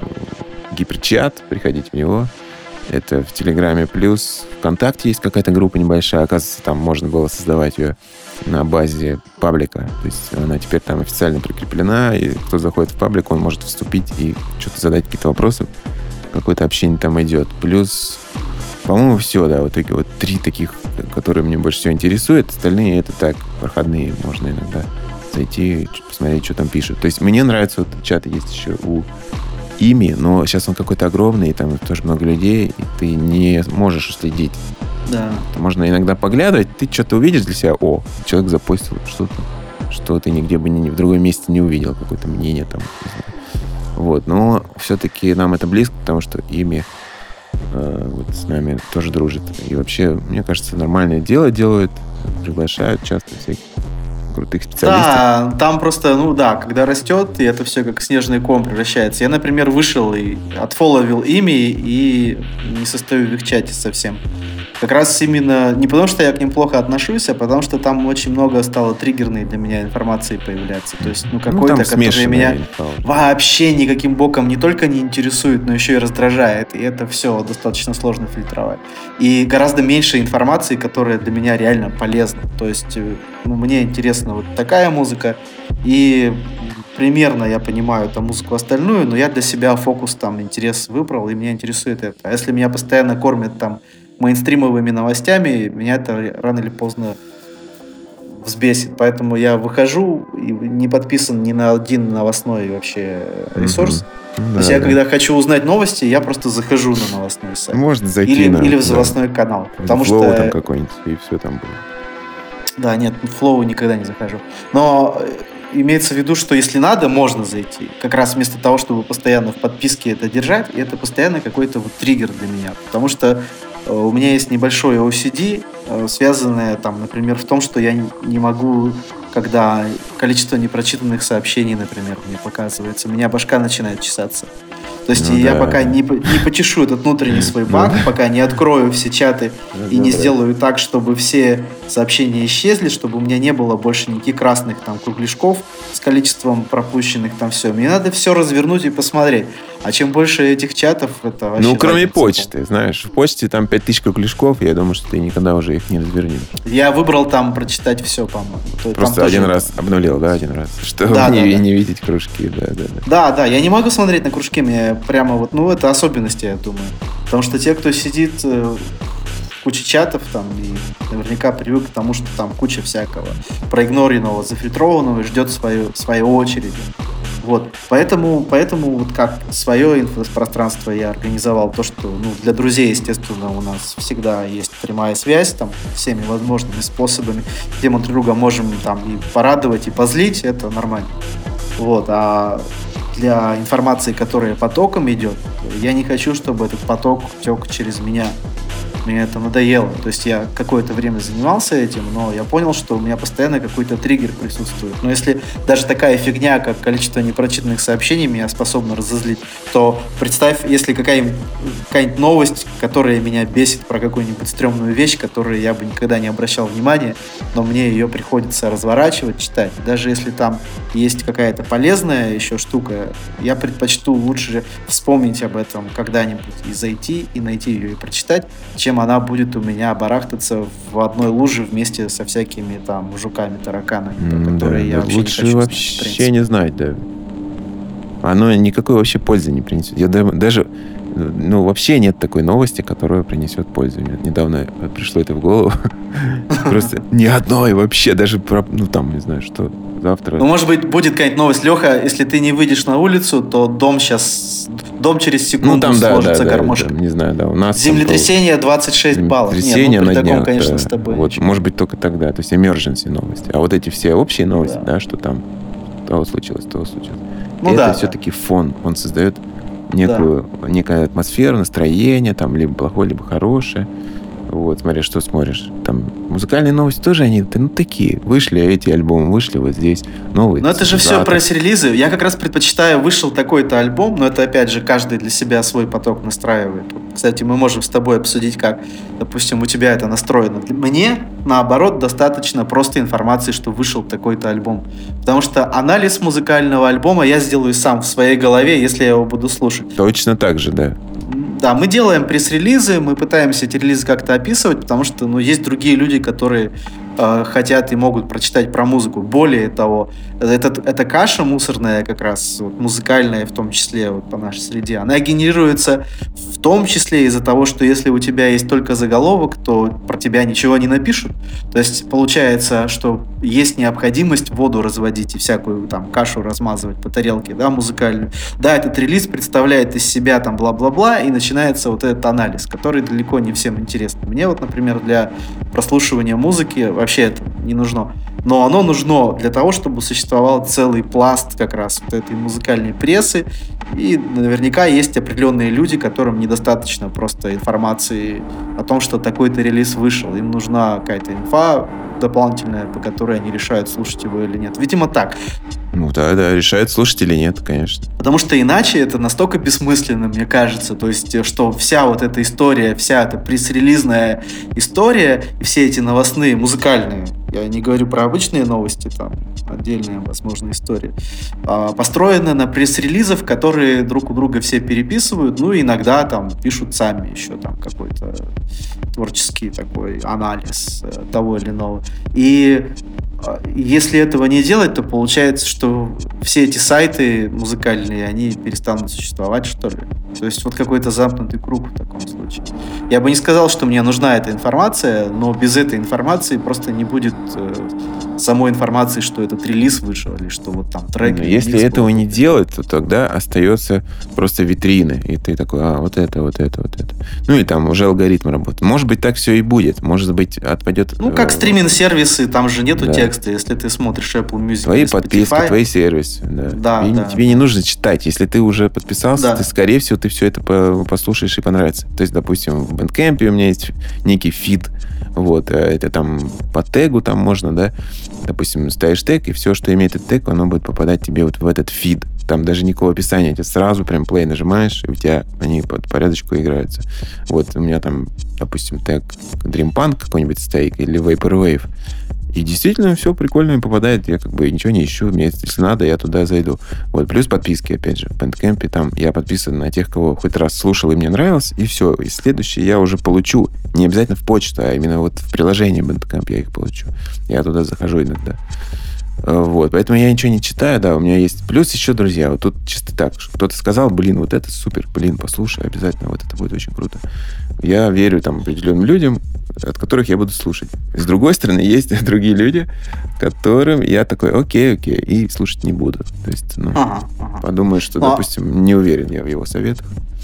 гиперчат, приходите в него. Это в Телеграме. Плюс ВКонтакте есть какая-то группа небольшая. Оказывается, там можно было создавать ее на базе паблика. То есть она теперь там официально прикреплена, и кто заходит в паблик, он может вступить и что-то задать, какие-то вопросы. Какое-то общение там идет. Плюс... По-моему, все, да, вот такие вот 3 таких, которые мне больше всего интересуют. Остальные это так, проходные. Можно иногда зайти, посмотреть, что там пишут. То есть мне нравится, вот чат есть еще у Ими, но сейчас он какой-то огромный, и там тоже много людей, и ты не можешь уследить. Да. Можно иногда поглядывать, ты что-то увидишь для себя, человек запостил что-то, что ты нигде бы в другом месте не увидел, какое-то мнение там. Вот, но все-таки нам это близко, потому что Ими вот с нами тоже дружит. И вообще, мне кажется, нормальное дело делают, приглашают часто всяких крутых специалистов. Да, там просто, когда растет, и это все как снежный ком превращается. Я, например, вышел и отфолловил ими, и не состою в их чате совсем. Как раз именно не потому, что я к ним плохо отношусь, а потому что там очень много стало триггерной для меня информации появляться. То есть, какой-то, который меня вообще никаким боком не только не интересует, но еще и раздражает. И это все достаточно сложно фильтровать. И гораздо меньше информации, которая для меня реально полезна. То есть, мне интересна вот такая музыка, и примерно я понимаю там музыку остальную, но я для себя фокус там, интерес выбрал, и меня интересует это. А если меня постоянно кормят там мейнстримовыми новостями, меня это рано или поздно взбесит. Поэтому я выхожу и не подписан ни на один новостной вообще ресурс. То есть я, когда хочу узнать новости, я просто захожу на новостной сайт. Можно зайти или в новостной канал. Потому Flow что там какой-нибудь, и все там будет. Да, нет, в Flow никогда не захожу. Но имеется в виду, что если надо, можно зайти. Как раз вместо того, чтобы постоянно в подписке это держать, это постоянно какой-то вот триггер для меня. Потому что у меня есть небольшое OCD, связанное, там, например, в том, что я не могу, когда количество непрочитанных сообщений, например, мне показывается, у меня башка начинает чесаться. То есть я пока не почешу этот внутренний свой баг, пока не открою все чаты и не сделаю так, чтобы все сообщения исчезли, чтобы у меня не было больше никаких красных там кругляшков с количеством пропущенных там все. Мне надо все развернуть и посмотреть. А чем больше этих чатов, это вообще... кроме почты, знаешь, в почте там 5000 кругляшков, я думаю, что ты никогда уже их не развернешь. Я выбрал там прочитать все, по-моему. Просто один раз обновил, да, один раз? Чтобы не видеть кружки, да. Да, я не могу смотреть на кружки, мне прямо вот, это особенности, я думаю. Потому что те, кто сидит в куче чатов там и наверняка привык к тому, что там куча всякого проигноренного, зафильтрованного и ждет своей очереди. Вот. Поэтому вот как свое инфопространство я организовал то, что для друзей, естественно, у нас всегда есть прямая связь там всеми возможными способами, где мы друг друга можем там и порадовать, и позлить, это нормально. Вот. А для информации, которая потоком идет, я не хочу, чтобы этот поток тек через меня. мне это надоело. То есть я какое-то время занимался этим, но я понял, что у меня постоянно какой-то триггер присутствует. Но если даже такая фигня, как количество непрочитанных сообщений, меня способна разозлить, то представь, если какая-нибудь новость, которая меня бесит про какую-нибудь стрёмную вещь, которую я бы никогда не обращал внимания, но мне ее приходится разворачивать, читать. Даже если там есть какая-то полезная еще штука, я предпочту лучше вспомнить об этом когда-нибудь и зайти, и найти ее и прочитать, чем она будет у меня барахтаться в одной луже вместе со всякими там жуками, тараканами, которые я вообще лучше не хочу вообще не знать, да. Оно никакой вообще пользы не принесет. Я даже, вообще нет такой новости, которая принесет пользу. Мне недавно пришло это в голову. Просто ни одной вообще, даже про, не знаю, что завтра. Может быть, будет какая-нибудь новость. Леха, если ты не выйдешь на улицу, то дом через секунду сложится гармошкой. Не знаю, да. У нас землетрясение 26 баллов. Землетрясение на днях, конечно, с тобой. Вот, может быть, только тогда. То есть emergency новости. А вот эти все общие новости, да, что там того случилось. Это все-таки фон. Он создает некую атмосферу, настроение, там, либо плохое, либо хорошее. Вот, смотри, что смотришь. Там музыкальные новости тоже, они такие. Вышли эти альбомы, вышли вот здесь новые. Но это же все пресс-релизы. Я как раз предпочитаю, вышел такой-то альбом, но это, опять же, каждый для себя свой поток настраивает. Кстати, мы можем с тобой обсудить, как, допустим, у тебя это настроено. Мне, наоборот, достаточно просто информации, что вышел такой-то альбом. Потому что анализ музыкального альбома я сделаю сам в своей голове, если я его буду слушать. Точно так же, да. Да, мы делаем пресс-релизы, мы пытаемся эти релизы как-то описывать, потому что, есть другие люди, которые хотят и могут прочитать про музыку. Более того, эта каша мусорная как раз, музыкальная в том числе по нашей среде, она генерируется в том числе из-за того, что если у тебя есть только заголовок, то про тебя ничего не напишут. То есть получается, что есть необходимость воду разводить и всякую там кашу размазывать по тарелке, да, музыкальную. Да, этот релиз представляет из себя там бла-бла-бла, и начинается вот этот анализ, который далеко не всем интересен. Мне например, для прослушивания музыки вообще это не нужно. Но оно нужно для того, чтобы существовал целый пласт как раз вот этой музыкальной прессы. И наверняка есть определенные люди, которым недостаточно просто информации о том, что такой-то релиз вышел. Им нужна какая-то инфа дополнительная, по которой они решают, слушать его или нет. Видимо, так. Да, решают, слушать или нет, конечно. Потому что иначе это настолько бессмысленно, мне кажется. То есть, что вся вот эта история, вся эта пресс-релизная история, и все эти новостные, музыкальные, я не говорю про обычные новости, там отдельная, возможно, история, построены на пресс-релизах, которые друг у друга все переписывают, иногда там пишут сами еще там какой-то творческий такой анализ того или иного. И если этого не делать, то получается, что все эти сайты музыкальные, они перестанут существовать, что ли. То есть какой-то замкнутый круг в таком случае. Я бы не сказал, что мне нужна эта информация, но без этой информации просто не будет самой информации, что этот релиз вышел, или что там трек. Если этого не делать, то тогда остается просто витрина. И ты такой, вот это. Или там уже алгоритм работает. Может быть, так все и будет. Может быть, отпадет... как стриминг-сервисы, там же нету текста, если ты смотришь Apple Music. Твои подписки, твои сервисы. Да. Тебе не нужно читать. Если ты уже подписался, ты, скорее всего, ты все это послушаешь и понравится. То есть, допустим, в Bandcamp у меня есть некий фид. Это там по тегу там можно, да. Допустим, ставишь тег, и все, что имеет этот тег, оно будет попадать тебе в этот фид. Там даже никакого описания. Ты сразу прям play нажимаешь, и у тебя они по порядочку играются. У меня там, допустим, тег Dream Punk какой-нибудь стоит, или Vaporwave. И действительно все прикольно попадает. Я ничего не ищу. Мне, если надо, я туда зайду. Плюс подписки, опять же. В Bandcamp там я подписан на тех, кого хоть раз слушал и мне нравилось. И все. И следующий я уже получу. Не обязательно в почту, а именно в приложении Bandcamp я их получу. Я туда захожу иногда. Поэтому я ничего не читаю, да, у меня есть. Плюс еще, друзья, тут чисто так. Кто-то сказал, вот это супер, послушай обязательно, это будет очень круто. Я верю определенным людям, от которых я буду слушать. С другой стороны, есть другие люди, которым я такой, окей, и слушать не буду. То есть, подумаю, что, допустим, не уверен я в его советах.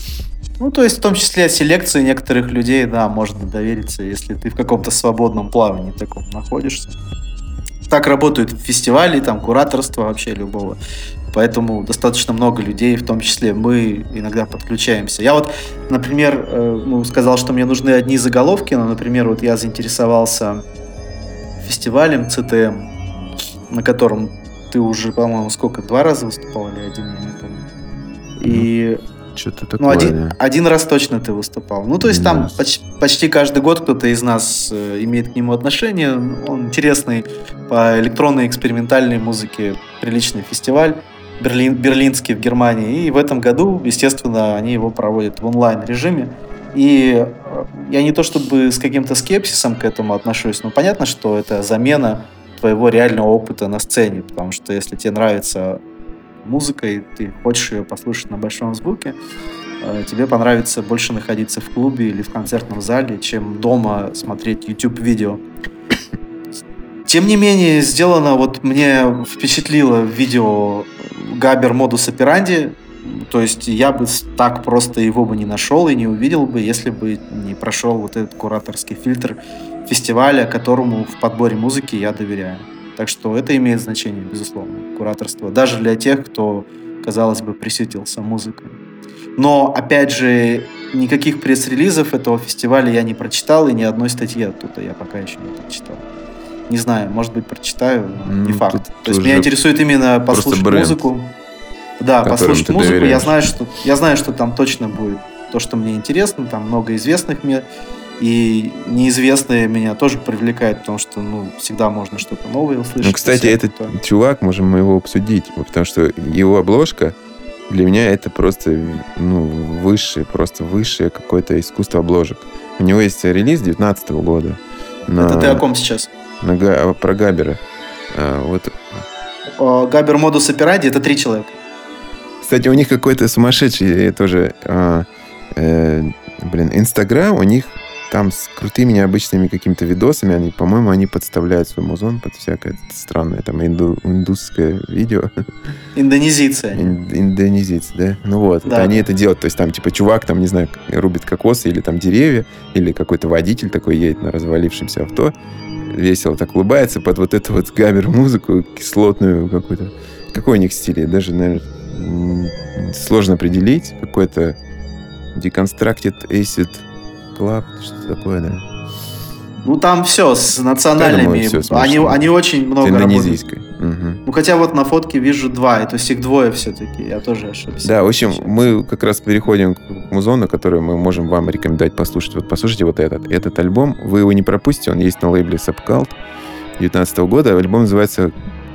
То есть, в том числе, селекции некоторых людей, да, можно довериться, если ты в каком-то свободном плавании таком находишься. Так работают фестивали, кураторство вообще любого поэтому достаточно много людей, в том числе мы, иногда подключаемся. Я вот, например, сказал, что мне нужны одни заголовки, но, например, вот я заинтересовался фестивалем CTM, на котором ты уже, по-моему, сколько, 2 раза выступал или один, я не помню. И что-то такое. Один раз точно ты выступал. Ну, то есть там почти каждый год кто-то из нас имеет к нему отношение. Он интересный по электронной экспериментальной музыке, приличный фестиваль, берлинский в Германии. И в этом году, естественно, они его проводят в онлайн-режиме. И я не то чтобы с каким-то скепсисом к этому отношусь, но понятно, что это замена твоего реального опыта на сцене, потому что если тебе нравится музыка, и ты хочешь ее послушать на большом звуке, тебе понравится больше находиться в клубе или в концертном зале, чем дома смотреть YouTube-видео. Тем не менее, сделано, вот мне впечатлило видео Gaber Modus Operandi, то есть я бы так просто его бы не нашел и не увидел бы, если бы не прошел вот этот кураторский фильтр фестиваля, которому в подборе музыки я доверяю. Так что это имеет значение, безусловно, кураторство. Даже для тех, кто, казалось бы, присытился музыкой. Но, опять же, никаких пресс-релизов этого фестиваля я не прочитал, и ни одной статьи оттуда я пока еще не прочитал. Не знаю, может быть, прочитаю, но не факт. То есть меня интересует именно послушать музыку. Да, послушать музыку. Я знаю, что там точно будет то, что мне интересно. Там много известных мне. И неизвестные меня тоже привлекают, потому что, всегда можно что-то новое услышать. Кстати, этот чувак, можем мы его обсудить, потому что его обложка для меня это просто, высшее какое-то искусство обложек. У него есть релиз 2019 года. Это ты о ком сейчас? Про Габера. Gaber Modus Operandi — это 3 человека. Кстати, у них какой-то сумасшедший тоже Инстаграм, у них там с крутыми необычными какими-то видосами, они подставляют свой музон под всякое странное там индусское видео. Индонезийцы. Индонезийцы, да? Да. Они это делают. То есть там типа чувак, там, не знаю, рубит кокосы или там деревья, или какой-то водитель такой едет на развалившемся авто, весело так улыбается под вот эту вот Габер музыку кислотную какую-то. Какой у них стиль? Я даже, наверное, сложно определить. Какой-то Deconstructed Acid Club, что такое, да? Там все с национальными. Они очень много индонезийской. Угу. Хотя вот на фотке вижу 2, и то есть их 2 все-таки. Я тоже ошибся. Да, в общем, мы как раз переходим к музону, который мы можем вам рекомендовать послушать. Вот послушайте вот этот альбом. Вы его не пропустите, он есть на лейбле Subcult 2019 года. Альбом называется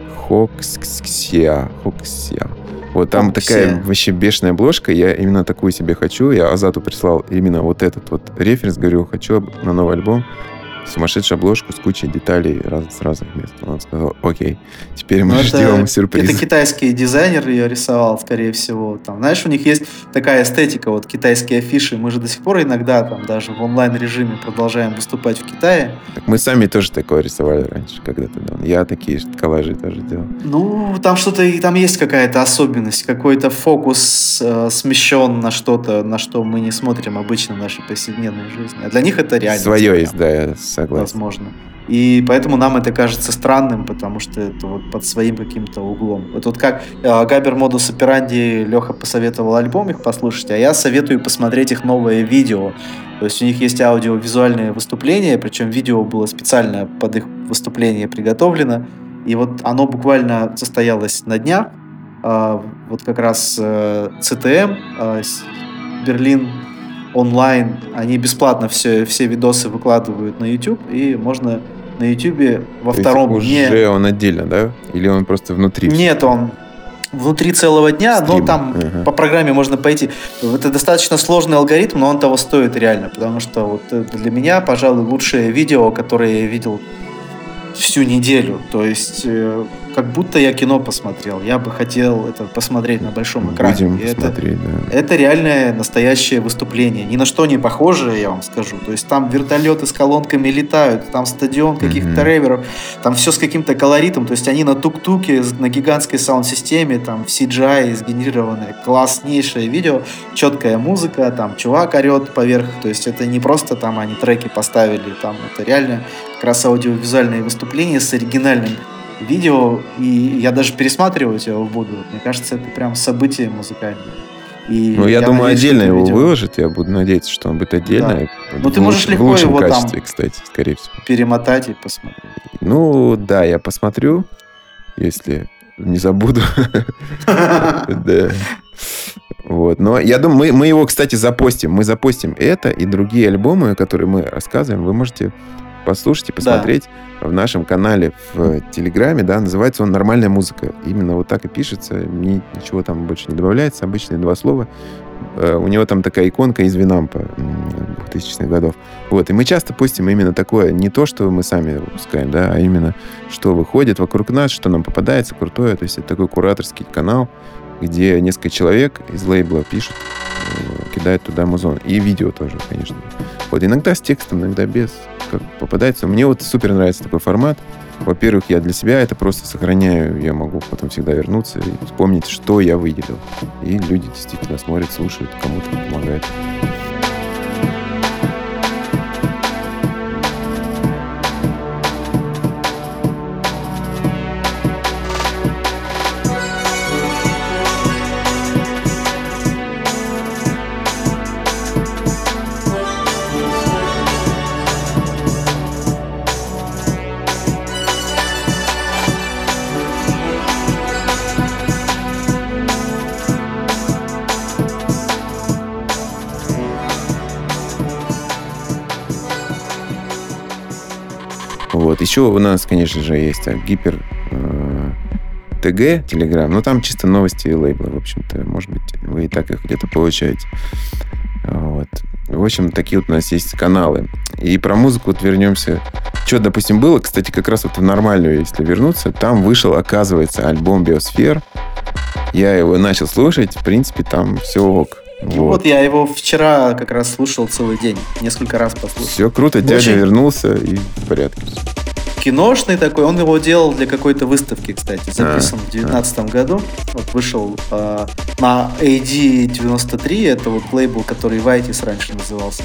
Хоксия. Вот там такая вообще бешеная обложка. Я именно такую себе хочу. Я Азату прислал именно вот этот вот референс. Говорю, хочу на новый альбом сумасшедшую обложку с кучей деталей с разных мест. Он сказал, окей, теперь мы ждем сюрприз. Это китайский дизайнер ее рисовал, скорее всего. Там, знаешь, у них есть такая эстетика, вот китайские афиши. Мы же до сих пор иногда там даже в онлайн-режиме продолжаем выступать в Китае. Так мы сами тоже такое рисовали раньше, когда-то. Да. Я такие коллажи тоже делал. Там что-то, там есть какая-то особенность, какой-то фокус смещен на что-то, на что мы не смотрим обычно в нашей повседневной жизни. А для них это реально. Свое есть, да, я согласен. Возможно. И поэтому нам это кажется странным, потому что это вот под своим каким-то углом. Вот как Gaber Modus Operandi Леха посоветовал альбом их послушать, а я советую посмотреть их новое видео. То есть у них есть аудиовизуальное выступление, причем видео было специально под их выступление приготовлено. И вот оно буквально состоялось на днях. Вот как раз CTM, Берлин онлайн, они бесплатно все видосы выкладывают на YouTube, и можно на YouTube во втором дне... Уже он отдельно, да? Или он просто внутри? Нет, он внутри целого дня, но там по программе можно пойти. Это достаточно сложный алгоритм, но он того стоит реально, потому что вот для меня, пожалуй, лучшее видео, которое я видел всю неделю. То есть как будто я кино посмотрел. Я бы хотел это посмотреть на большом экране. Будем смотреть, да. Это реальное настоящее выступление. Ни на что не похожее, я вам скажу. То есть там вертолеты с колонками летают, там стадион каких-то рэверов, там все с каким-то колоритом. То есть они на тук-туке, на гигантской саунд-системе, там в CGI сгенерированное класснейшее видео, четкая музыка, там чувак орет поверх. То есть это не просто там они треки поставили, там это реально как раз аудиовизуальное выступление с оригинальным видео, и я даже пересматривать его буду. Мне кажется, это прям событие музыкальное. И Ну, я думаю, надеюсь, отдельно что это его видео выложит. Я буду надеяться, что он будет отдельно. Да. И Ну, ты можешь в легко лучшем его качестве, там кстати, скорее всего. перемотать и посмотреть. Ну, да, я посмотрю, если не забуду. Да. Вот. Но я думаю, мы его, кстати, запостим. Мы запостим это и другие альбомы, которые мы рассказываем. Вы можете послушать и посмотреть в нашем канале в Телеграме. Да, называется он «Нормальная музыка». Именно вот так и пишется. Ничего там больше не добавляется. Обычные 2 слова. У него там такая иконка из Винампа 2000-х годов. Вот. И мы часто постим именно такое. Не то, что мы сами выпускаем, да, а именно что выходит вокруг нас, что нам попадается крутое. То есть это такой кураторский канал, где несколько человек из лейбла пишут, кидают туда музон. И видео тоже, конечно. Вот иногда с текстом, иногда без. Как попадается. Мне вот супер нравится такой формат. Во-первых, я для себя это просто сохраняю. Я могу потом всегда вернуться и вспомнить, что я выделил. И люди действительно смотрят, слушают, кому-то помогают. Вот. Еще у нас, конечно же, есть Гипер ТГ, Телеграм. Но там чисто новости лейбла, в общем-то. Может быть, вы и так их где-то получаете. Вот. В общем, такие вот у нас есть каналы. И про музыку вот вернемся. Что, допустим, было, кстати, как раз вот в нормальную, если вернуться, там вышел, оказывается, альбом «Биосфер». Я его начал слушать. В принципе, там все ок. Вот я его вчера как раз слушал целый день. Несколько раз послушал. Все круто, дядя вернулся и в порядке. Киношный такой. Он его делал для какой-то выставки, кстати. Записан в 2019 году. Вот вышел на AD93. Это вот лейбл, который Вайтис раньше назывался.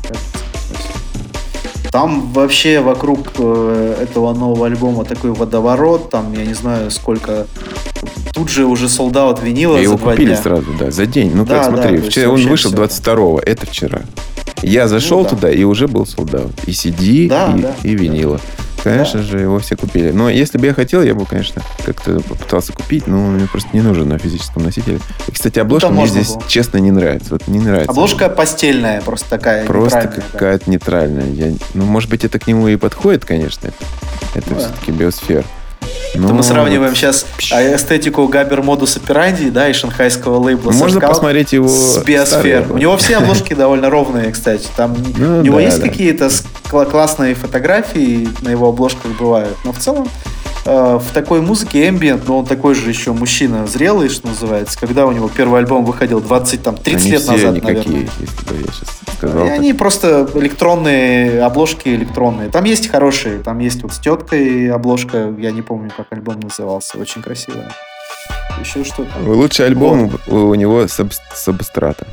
Там вообще вокруг этого нового альбома такой водоворот. Там, я не знаю, сколько... Тут же уже солдат винила за 2 дня. Его купили сразу, да, за день. Ну, да, как, смотри, да, вчера он вышел 22-го, это вчера. Я зашел туда, и уже был солдат. И CD, и винила. Конечно же, его все купили. Но если бы я хотел, я бы, конечно, как-то попытался купить, но мне просто не нужен на физическом носителе. И, кстати, обложка мне здесь, честно, не нравится. Вот не нравится. Обложка постельная, просто такая просто нейтральная. Просто какая-то нейтральная. Ну, может быть, это к нему и подходит, конечно. Это все-таки биосфер. Но мы сравниваем сейчас эстетику Габер Модус Операнди, да, и шанхайского лейбла можно посмотреть его с Биосфер. У него все обложки довольно ровные, кстати. Там у него есть какие-то классные фотографии на его обложках бывают. Но в целом в такой музыке эмбиент, но он такой же еще мужчина зрелый, что называется. Когда у него первый альбом выходил 30 лет назад, наверное. Если бы я сейчас сказал. И они просто электронные, обложки электронные. Там есть хорошие, там есть вот с теткой обложка, я не помню, как альбом назывался, очень красивая. Еще что-то. Лучший альбом у него Субстрата.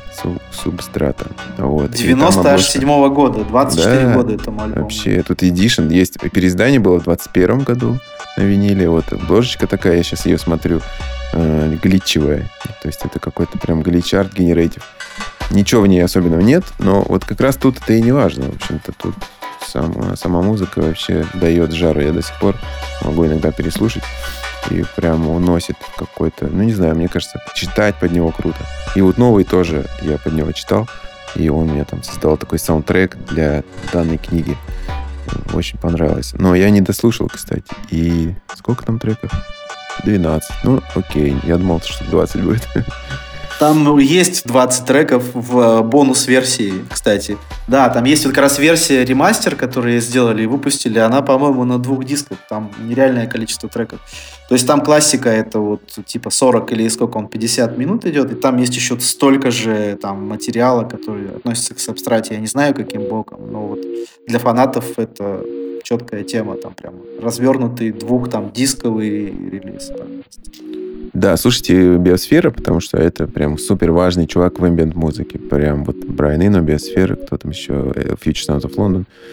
Вот. 97-го года, 24 года этому альбому. Вообще, тут Edition есть, переиздание было в 21 году на виниле. Вот обложечка такая, я сейчас ее смотрю, глитчевая. То есть это какой-то прям глич-арт генерейтив. Ничего в ней особенного нет, но вот как раз тут это и не важно. В общем-то, тут сама музыка вообще дает жару. Я до сих пор могу иногда переслушать. И прям уносит в какой-то... Ну, не знаю, мне кажется, читать под него круто. И вот новый тоже я под него читал. И он мне там создал такой саундтрек для данной книги. Очень понравилось. Но я не дослушал, кстати. И сколько там треков? 12. Ну, окей. Я думал, что 20 будет. Там есть 20 треков в бонус-версии, кстати. Да, там есть вот как раз версия ремастер, которую сделали и выпустили. Она, по-моему, на 2 дисках. Там нереальное количество треков. То есть там классика, это вот типа 40 или сколько он, 50 минут идет. И там есть еще столько же там материала, который относится к Сабстрате. Я не знаю, каким боком, но вот для фанатов это четкая тема. Там прям развернутый 2 там дисковый релиз. Да, слушайте Биосфера, потому что это прям супер важный чувак в эмбиент музыке. Прям вот Брайан Ино, Биосфера, кто там еще, Future Sounds of London.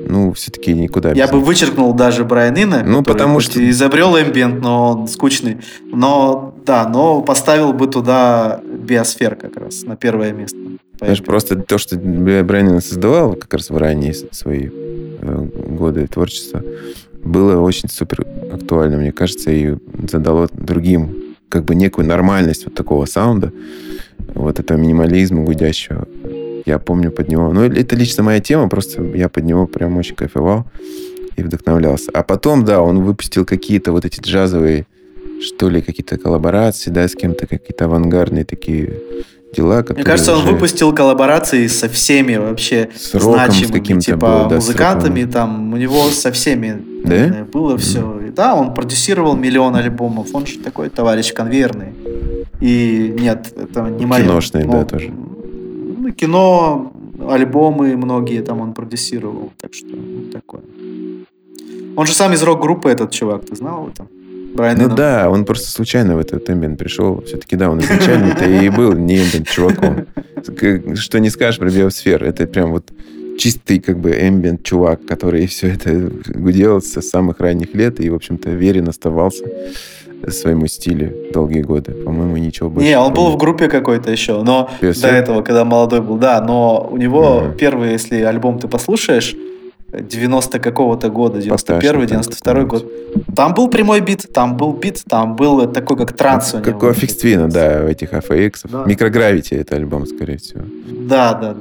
ну, все-таки никуда Я без бы них. вычеркнул даже Брайан Ино, Ну, который потому хоть что- и изобрел эмбиент, но он скучный. Но поставил бы туда Биосфер как раз на первое место. по Даже эмбиенту. просто то, что Брайан Ино создавал как раз в ранние свои годы творчества, было очень супер актуально, мне кажется, и задало другим как бы некую нормальность вот такого саунда, вот этого минимализма гудящего. Я помню под него... Ну, это лично моя тема, просто я под него прям очень кайфовал и вдохновлялся. А потом, да, он выпустил какие-то вот эти джазовые, что ли, какие-то коллаборации, да, с кем-то, какие-то авангардные такие дела, которые Мне кажется, он уже выпустил коллаборации со всеми вообще с роком, с значимыми, каким-то типа был, да, с музыкантами, роком. там у него со всеми Да? наверное, было все. И да, он продюсировал миллион альбомов, он же такой товарищ конвейерный. И нет, это не мое. Киношный, да, тоже. Ну, кино, альбомы многие там он продюсировал, так что вот такое. Он же сам из рок-группы, этот чувак, ты знал это? Брайан Ну Ино. да, он просто случайно в этот эмбиент пришел. Все-таки, да, он изначально-то и был не эмбиент чуваком. Что не скажешь про Биосфер, это прям вот чистый как бы эмбиент чувак, который все это гудел с самых ранних лет и, в общем-то, верен оставался своему стилю долгие годы. По-моему, ничего больше. Не, он был в группе какой-то еще, но Биосфер? до этого, когда молодой был, да, но у него первый, если альбом ты послушаешь, 90 какого-то года, 91-й, 92-й год. Там был прямой бит, там был такой, как транс у него. Как у Аффикс Твина, да, у этих AFX. Да. Микрогравити это альбом, скорее всего. Да.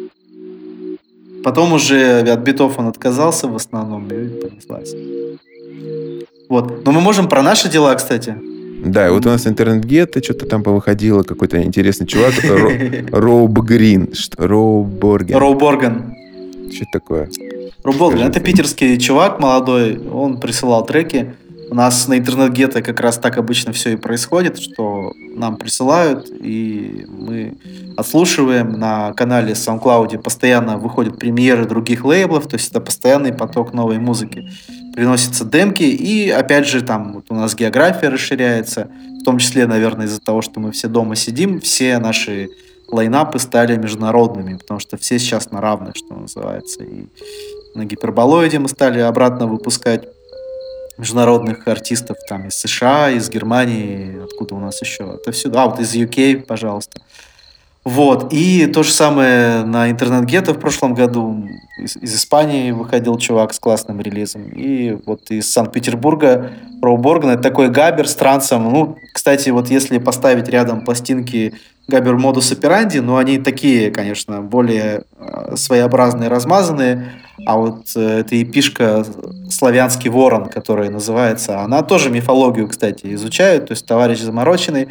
Потом уже от битов он отказался в основном, и понеслась. Вот. Но мы можем про наши дела, кстати. Да, и вот у нас интернет-гетто, что-то там повыходило, какой-то интересный чувак, Роуб Грин, Роуб Борген. Роу Борган. Что это такое? Роу Борган. Скажи Это ты. питерский чувак молодой, он присылал треки. У нас на интернет-гетто как раз так обычно все и происходит, что нам присылают, и мы отслушиваем. На канале SoundCloud постоянно выходят премьеры других лейблов, то есть это постоянный поток новой музыки. Приносятся демки, и опять же там вот у нас география расширяется, в том числе, наверное, из-за того, что мы все дома сидим, все наши лайнапы стали международными, потому что все сейчас на равных, что называется. И на Гиперболоиде мы стали обратно выпускать международных артистов там из США, из Германии, откуда у нас еще, отовсюду. Вот из UK, пожалуйста. Вот, и то же самое на интернет-гетто в прошлом году. Из Испании выходил чувак с классным релизом. И вот из Санкт-Петербурга Роу Борган, это такой габер с трансом. Ну, кстати, вот если поставить рядом пластинки Габер Модус Операнди, ну, они такие, конечно, более своеобразные, размазанные. А вот эта эпишка «Славянский ворон», которая называется, она тоже мифологию, кстати, изучает. То есть товарищ замороченный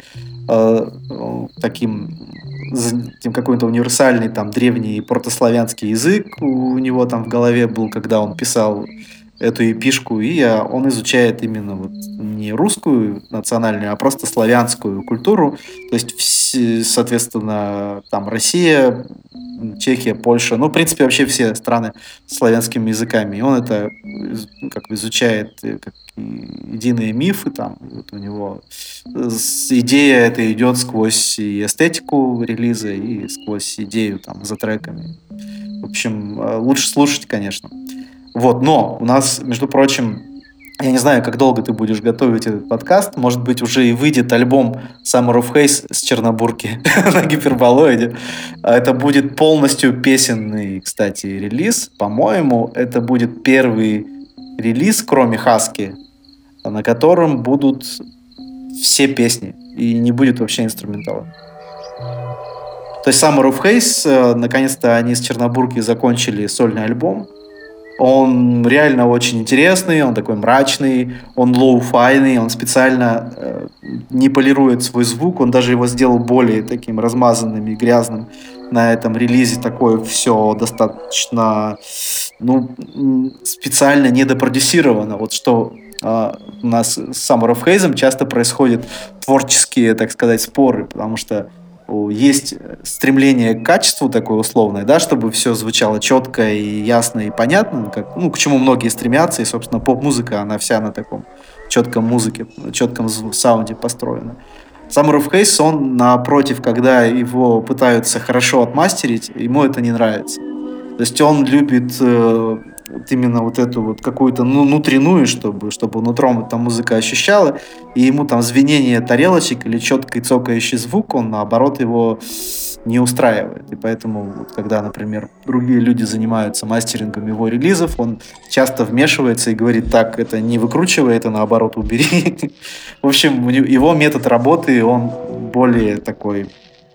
таким какой-то универсальный там древний протославянский язык у него там в голове был, когда он писал эту эпишку, и он изучает именно вот не русскую национальную, а просто славянскую культуру. То есть, соответственно, там Россия, Чехия, Польша, ну, в принципе, вообще все страны с славянскими языками. И он это как бы изучает как единые мифы, там, вот у него идея эта идет сквозь и эстетику релиза, и сквозь идею там за треками. В общем, лучше слушать, конечно. Вот, но у нас, между прочим, я не знаю, как долго ты будешь готовить этот подкаст. Может быть, уже и выйдет альбом Summer of Haze с Чернобурки на Гиперболоиде. Это будет полностью песенный, кстати, релиз. По-моему, это будет первый релиз, кроме Хаски, на котором будут все песни. И не будет вообще инструментала. То есть Summer of Haze, наконец-то они с Чернобурки закончили сольный альбом. Он реально очень интересный, он такой мрачный, он лоу-файный, он специально не полирует свой звук, он даже его сделал более таким размазанным и грязным. На этом релизе такое все достаточно, специально недопродюсировано. Вот что у нас с Summer of Haze часто происходят творческие, так сказать, споры, потому что есть стремление к качеству такое условное, да, чтобы все звучало четко и ясно и понятно, к чему многие стремятся, и, собственно, поп-музыка, она вся на таком четком музыке, четком саунде построена. Summer of Haze, он, напротив, когда его пытаются хорошо отмастерить, ему это не нравится. То есть он любит вот именно вот эту вот какую-то внутреннюю, чтобы нутром эта музыка ощущала, и ему там звенение тарелочек или четкий цокающий звук, он наоборот его не устраивает. И поэтому, вот, когда, например, другие люди занимаются мастерингом его релизов, он часто вмешивается и говорит: так, это не выкручивай, это наоборот убери. В общем, его метод работы, он более такой...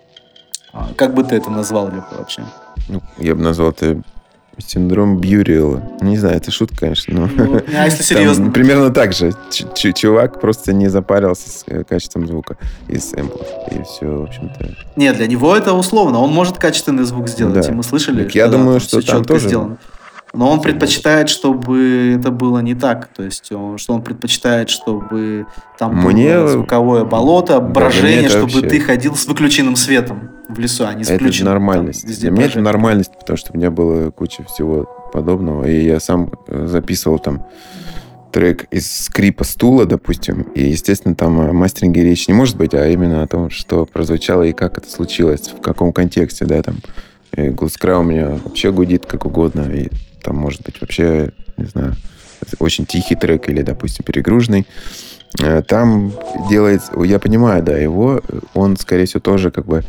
Как бы ты это назвал, Леха, вообще? Ну, я бы назвал это синдром Бьюриэла. Не знаю, это шутка, конечно, но... Ну, а если серьезно? Там примерно так же. Чувак просто не запарился с качеством звука из сэмплов. И все, в общем-то... Нет, для него это условно. Он может качественный звук сделать. Да. И мы слышали, так я думаю, что там тоже... сделано. Но он предпочитает, чтобы это было не так. То есть, что он предпочитает, чтобы там было звуковое болото, брожение, чтобы вообще... ты ходил с выключенным светом в лесу, а не с включенным. Это нормальность. Там, для меня это нормальность, потому что у меня было куча всего подобного. И я сам записывал там трек из скрипа стула, допустим. И, естественно, там о мастеринге речь не может быть, а именно о том, что прозвучало и как это случилось, в каком контексте, да, там. И Глускра у меня вообще гудит как угодно. И там может быть вообще, не знаю, очень тихий трек или, допустим, перегруженный. Там делается... Я понимаю, да, его... Он, скорее всего, тоже как бы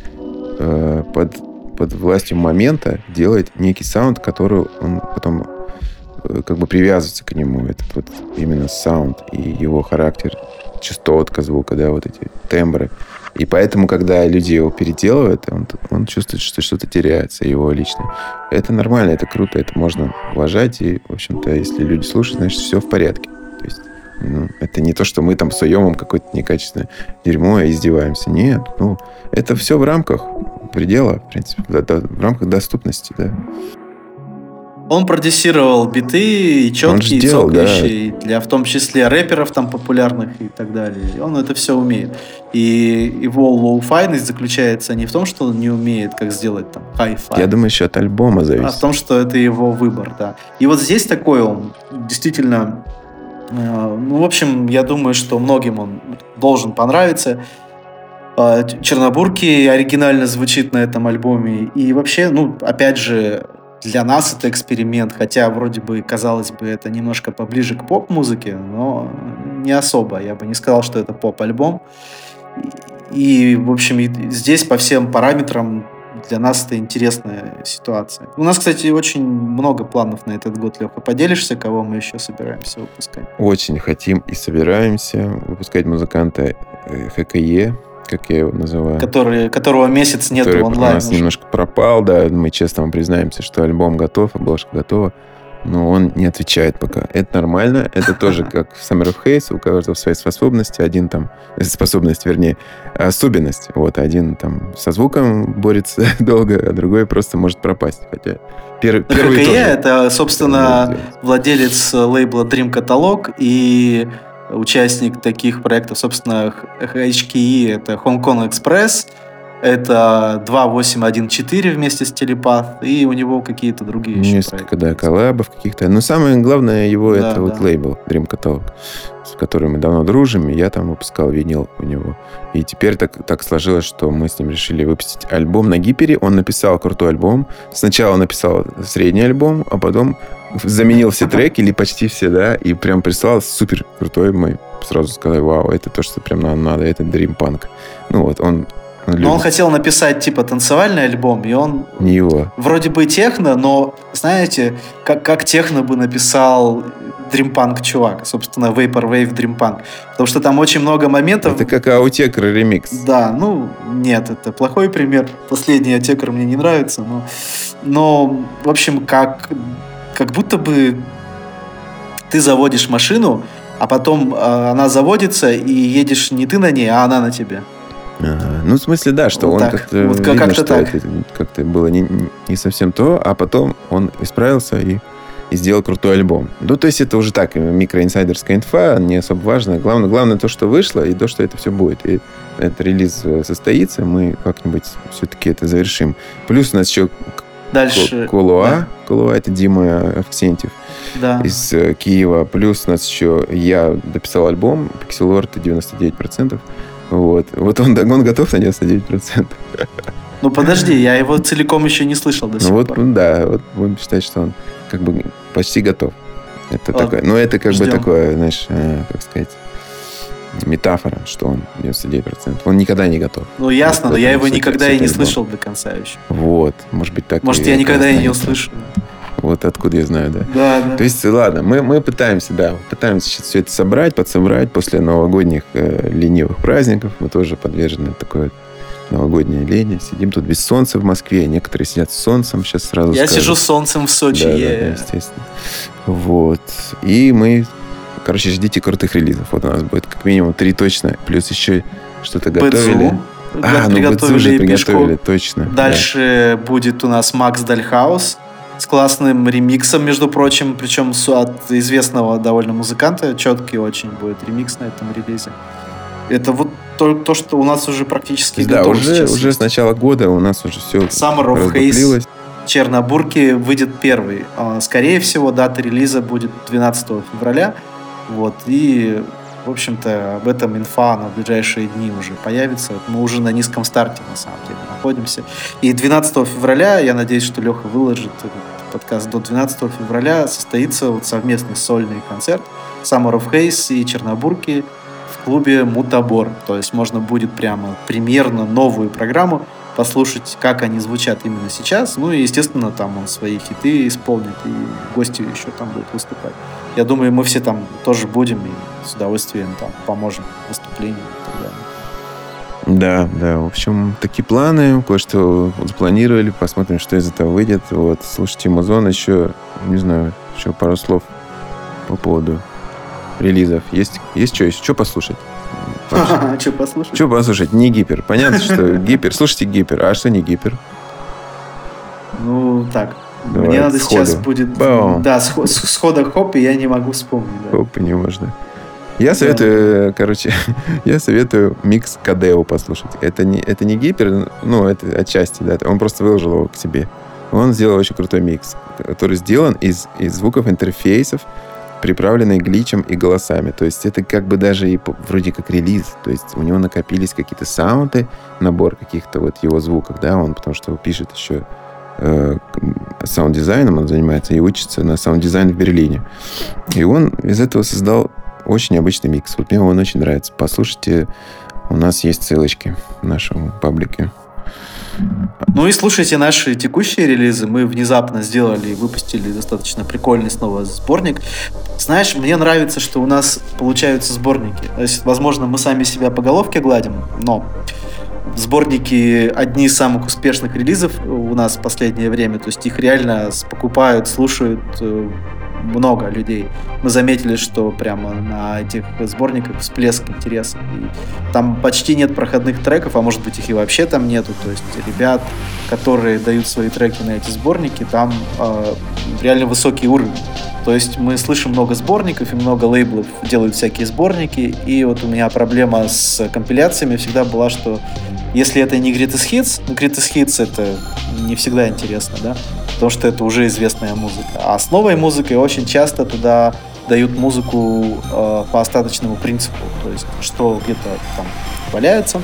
под властью момента делает некий саунд, который он потом как бы привязывается к нему. Этот вот именно саунд и его характер, частотка звука, да, вот эти тембры. И поэтому, когда люди его переделывают, он чувствует, что что-то теряется его лично. Это нормально, это круто, это можно уважать. И, в общем-то, если люди слушают, значит, все в порядке. То есть, это не то, что мы там суем им какое-то некачественное дерьмо и издеваемся. Нет, это все в рамках предела, в принципе, в рамках доступности, да. Он продюсировал биты и четкие, и цокающие, да. Для в том числе рэперов там популярных и так далее. И он это все умеет. И его лоу-файность заключается не в том, что он не умеет, как сделать там хай-фай. Я думаю, еще от альбома зависит. А в том, что это его выбор, да. И вот здесь такой он действительно... в общем, я думаю, что многим он должен понравиться. Чернобурки оригинально звучит на этом альбоме. И вообще, опять же, для нас это эксперимент, хотя вроде бы, казалось бы, это немножко поближе к поп-музыке, но не особо. Я бы не сказал, что это поп-альбом. И, в общем, здесь по всем параметрам для нас это интересная ситуация. У нас, кстати, очень много планов на этот год, Леха. Поделишься, кого мы еще собираемся выпускать? Очень хотим и собираемся выпускать музыканта ХКЕ, как я его называю. Которого месяц нет онлайн. У нас немножко пропал, да. Мы честно вам признаемся, что альбом готов, обложка готова, но он не отвечает пока. Это нормально. Это тоже как в Summer of Haze, у каждого свои способности. Один там... Способность, вернее, особенность. Вот, один там со звуком борется долго, а другой просто может пропасть. Хотя первый тоже... это, собственно, владелец лейбла Dream Catalog и... участник таких проектов, собственно, HKE, это Hong Kong Express, это 2814 вместе с Телепат, и у него какие-то другие еще несколько, да, коллабов каких-то. Но самое главное его это вот лейбл Dream Catalog, с которым мы давно дружим, и я там выпускал винил у него. И теперь так сложилось, что мы с ним решили выпустить альбом на Гипере. Он написал крутой альбом. Сначала написал средний альбом, а потом заменил все треки, или почти все, да, и прям прислал супер крутой. Мы сразу сказали: вау, это то, что прям нам надо, это Dream Punk. Он но он хотел написать типа танцевальный альбом, и он не его. Вроде бы техно, но знаете, как техно бы написал Dream Punk чувак, собственно, Vaporwave Dream Punk, потому что там очень много моментов. Это как Аутекер ремикс. Да, нет, это плохой пример. Последний Аутекер мне не нравится, но в общем, как будто бы ты заводишь машину, а потом она заводится, и едешь не ты на ней, а она на тебе. В смысле, да, что вот он как-то видно, что так. Это как-то было не совсем то, а потом он исправился и сделал крутой альбом. То есть это уже так, микроинсайдерская инфа, не особо важно. Главное то, что вышло, и то, что это все будет. И этот релиз состоится, мы как-нибудь все-таки это завершим. Плюс у нас еще дальше Колуа. Колуа — это Дима Авксентьев из Киева. Плюс у нас еще я дописал альбом Pixel Lord 99%. Вот он готов на 99%. Подожди, я его целиком еще не слышал до сих пор. Вот будем считать, что он как бы почти готов. Это Ладно, такое, ну, это как ждем. бы такое, знаешь, как сказать, метафора, что он 99%. Он никогда не готов. Ну, ясно, но Вот я это его супер, никогда и не супер слышал до конца еще. Вот, может быть, так. Может, я никогда и не останется. услышу. Вот откуда я знаю, да. Да. То есть, ладно, мы пытаемся сейчас все это собрать, подсобрать после новогодних ленивых праздников. Мы тоже подвержены такой новогодней лени. Сидим тут без солнца в Москве. Некоторые сидят с солнцем, сейчас сразу Я скажу. сижу с солнцем в Сочи. Да, естественно. Вот. И мы, ждите крутых релизов. Вот у нас будет как минимум 3 точно. Плюс еще что-то готовили. Приготовили уже эпишку. приготовили, точно. Дальше будет у нас Макс Дальхаус с классным ремиксом, между прочим, причем от известного довольно музыканта. Четкий очень будет ремикс на этом релизе. Это вот то, что у нас уже практически готово сейчас. Уже с начала года у нас уже все Summer of Haze Чернобурки выйдет первый. Скорее всего, дата релиза будет 12 февраля. Вот. И, в общем-то, об этом инфа на ближайшие дни уже появится. Мы уже на низком старте, на самом деле, находимся. И 12 февраля, я надеюсь, что Леха выложит этот подкаст, до 12 февраля состоится вот совместный сольный концерт Summer of Haze и Чернобурки в клубе Мутабор. То есть можно будет прямо примерно новую программу послушать, как они звучат именно сейчас. Ну и, естественно, там он свои хиты исполнит, и гости еще там будут выступать. Я думаю, мы все там тоже будем и с удовольствием там поможем выступлению и так далее. Да. В общем, такие планы. Кое-что запланировали. Посмотрим, что из этого выйдет. Вот. Слушайте, Музон еще, не знаю, еще пару слов по поводу релизов. Есть что послушать? Что послушать? Что послушать? Не гипер. Понятно, что гипер. Слушайте гипер. А что не гипер? Ну, так. Давай, мне надо сходу. сейчас будет... Бам. Да, схода хоп, и я не могу вспомнить. Да. Хоп, не можно. Я советую, я советую микс Кадео послушать. Это не гипер, ну, это отчасти, да. Он просто выложил его к себе. Он сделал очень крутой микс, который сделан из звуков интерфейсов, приправленный гличем и голосами. То есть это как бы даже и вроде как релиз. То есть у него накопились какие-то саунды, набор каких-то вот его звуков, да, он потому что пишет еще саунд-дизайном, он занимается и учится на саунд-дизайн в Берлине. И он из этого создал очень необычный микс. Вот мне он очень нравится. Послушайте, у нас есть ссылочки в нашем паблике. Ну и слушайте наши текущие релизы. Мы внезапно сделали и выпустили достаточно прикольный снова сборник. Знаешь, мне нравится, что у нас получаются сборники. То есть, возможно, мы сами себя по головке гладим, но сборники одни из самых успешных релизов у нас в последнее время. То есть их реально покупают, слушают много людей. Мы заметили, что прямо на этих сборниках всплеск интереса. И там почти нет проходных треков, а может быть их и вообще там нету. То есть ребят, которые дают свои треки на эти сборники, там реально высокий уровень. То есть мы слышим много сборников, и много лейблов делают всякие сборники. И вот у меня проблема с компиляциями всегда была, что если это не Greatest Hits, Greatest Hits это не всегда интересно, да, потому что это уже известная музыка. А с новой музыкой очень часто туда дают музыку по остаточному принципу, то есть что где-то там валяется,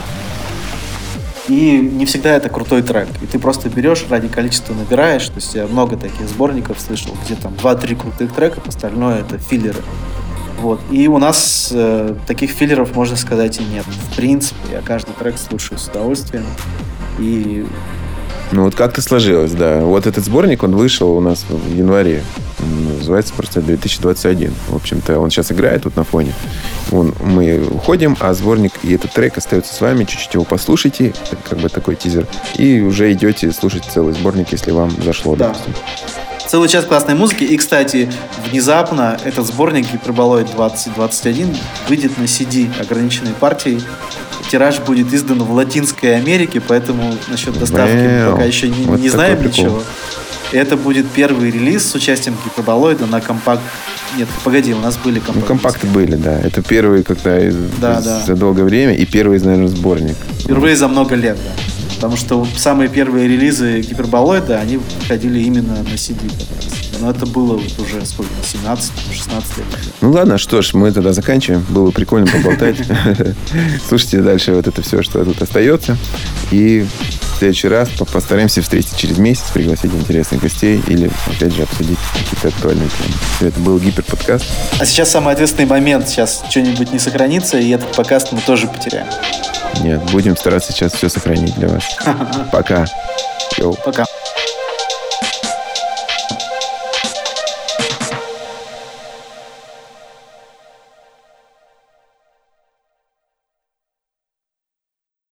и не всегда это крутой трек. И ты просто берешь, ради количества набираешь, то есть я много таких сборников слышал, где там 2-3 крутых трека, остальное это филлеры. Вот. И у нас таких филлеров, можно сказать, и нет. В принципе, я каждый трек слушаю с удовольствием. И... Ну вот как-то сложилось, да. Вот этот сборник, он вышел у нас в январе. Он называется просто 2021. В общем-то, он сейчас играет тут на фоне. Мы уходим, а сборник и этот трек остается с вами. Чуть-чуть его послушайте, как бы такой тизер. И уже идете слушать целый сборник, если вам зашло, да. Допустим. Целый час классной музыки. И, кстати, внезапно этот сборник Hyperboloid 2021 выйдет на CD ограниченной партией. Тираж будет издан в Латинской Америке, поэтому насчет доставки мы пока еще не знаем ничего. Это будет первый релиз с участием Hyperboloid на компакт... Нет, погоди, у нас были компакты. Ну, компакты были, да. Это первый, когда за долгое время, и первый, наверное, сборник. Впервые за много лет, да. Потому что самые первые релизы Hyperboloid, они выходили именно на CD как раз. Но это было уже сколько, 17-16 лет. Ну ладно, что ж, мы тогда заканчиваем. Было прикольно поболтать. Слушайте дальше вот это все, что тут остается. И следующий раз постараемся встретиться через месяц, пригласить интересных гостей или, опять же, обсудить какие-то актуальные темы. Все, это был Гиперподкаст. А сейчас самый ответственный момент. Сейчас что-нибудь не сохранится, и этот подкаст мы тоже потеряем. Нет, будем стараться сейчас все сохранить для вас. Пока. Пока.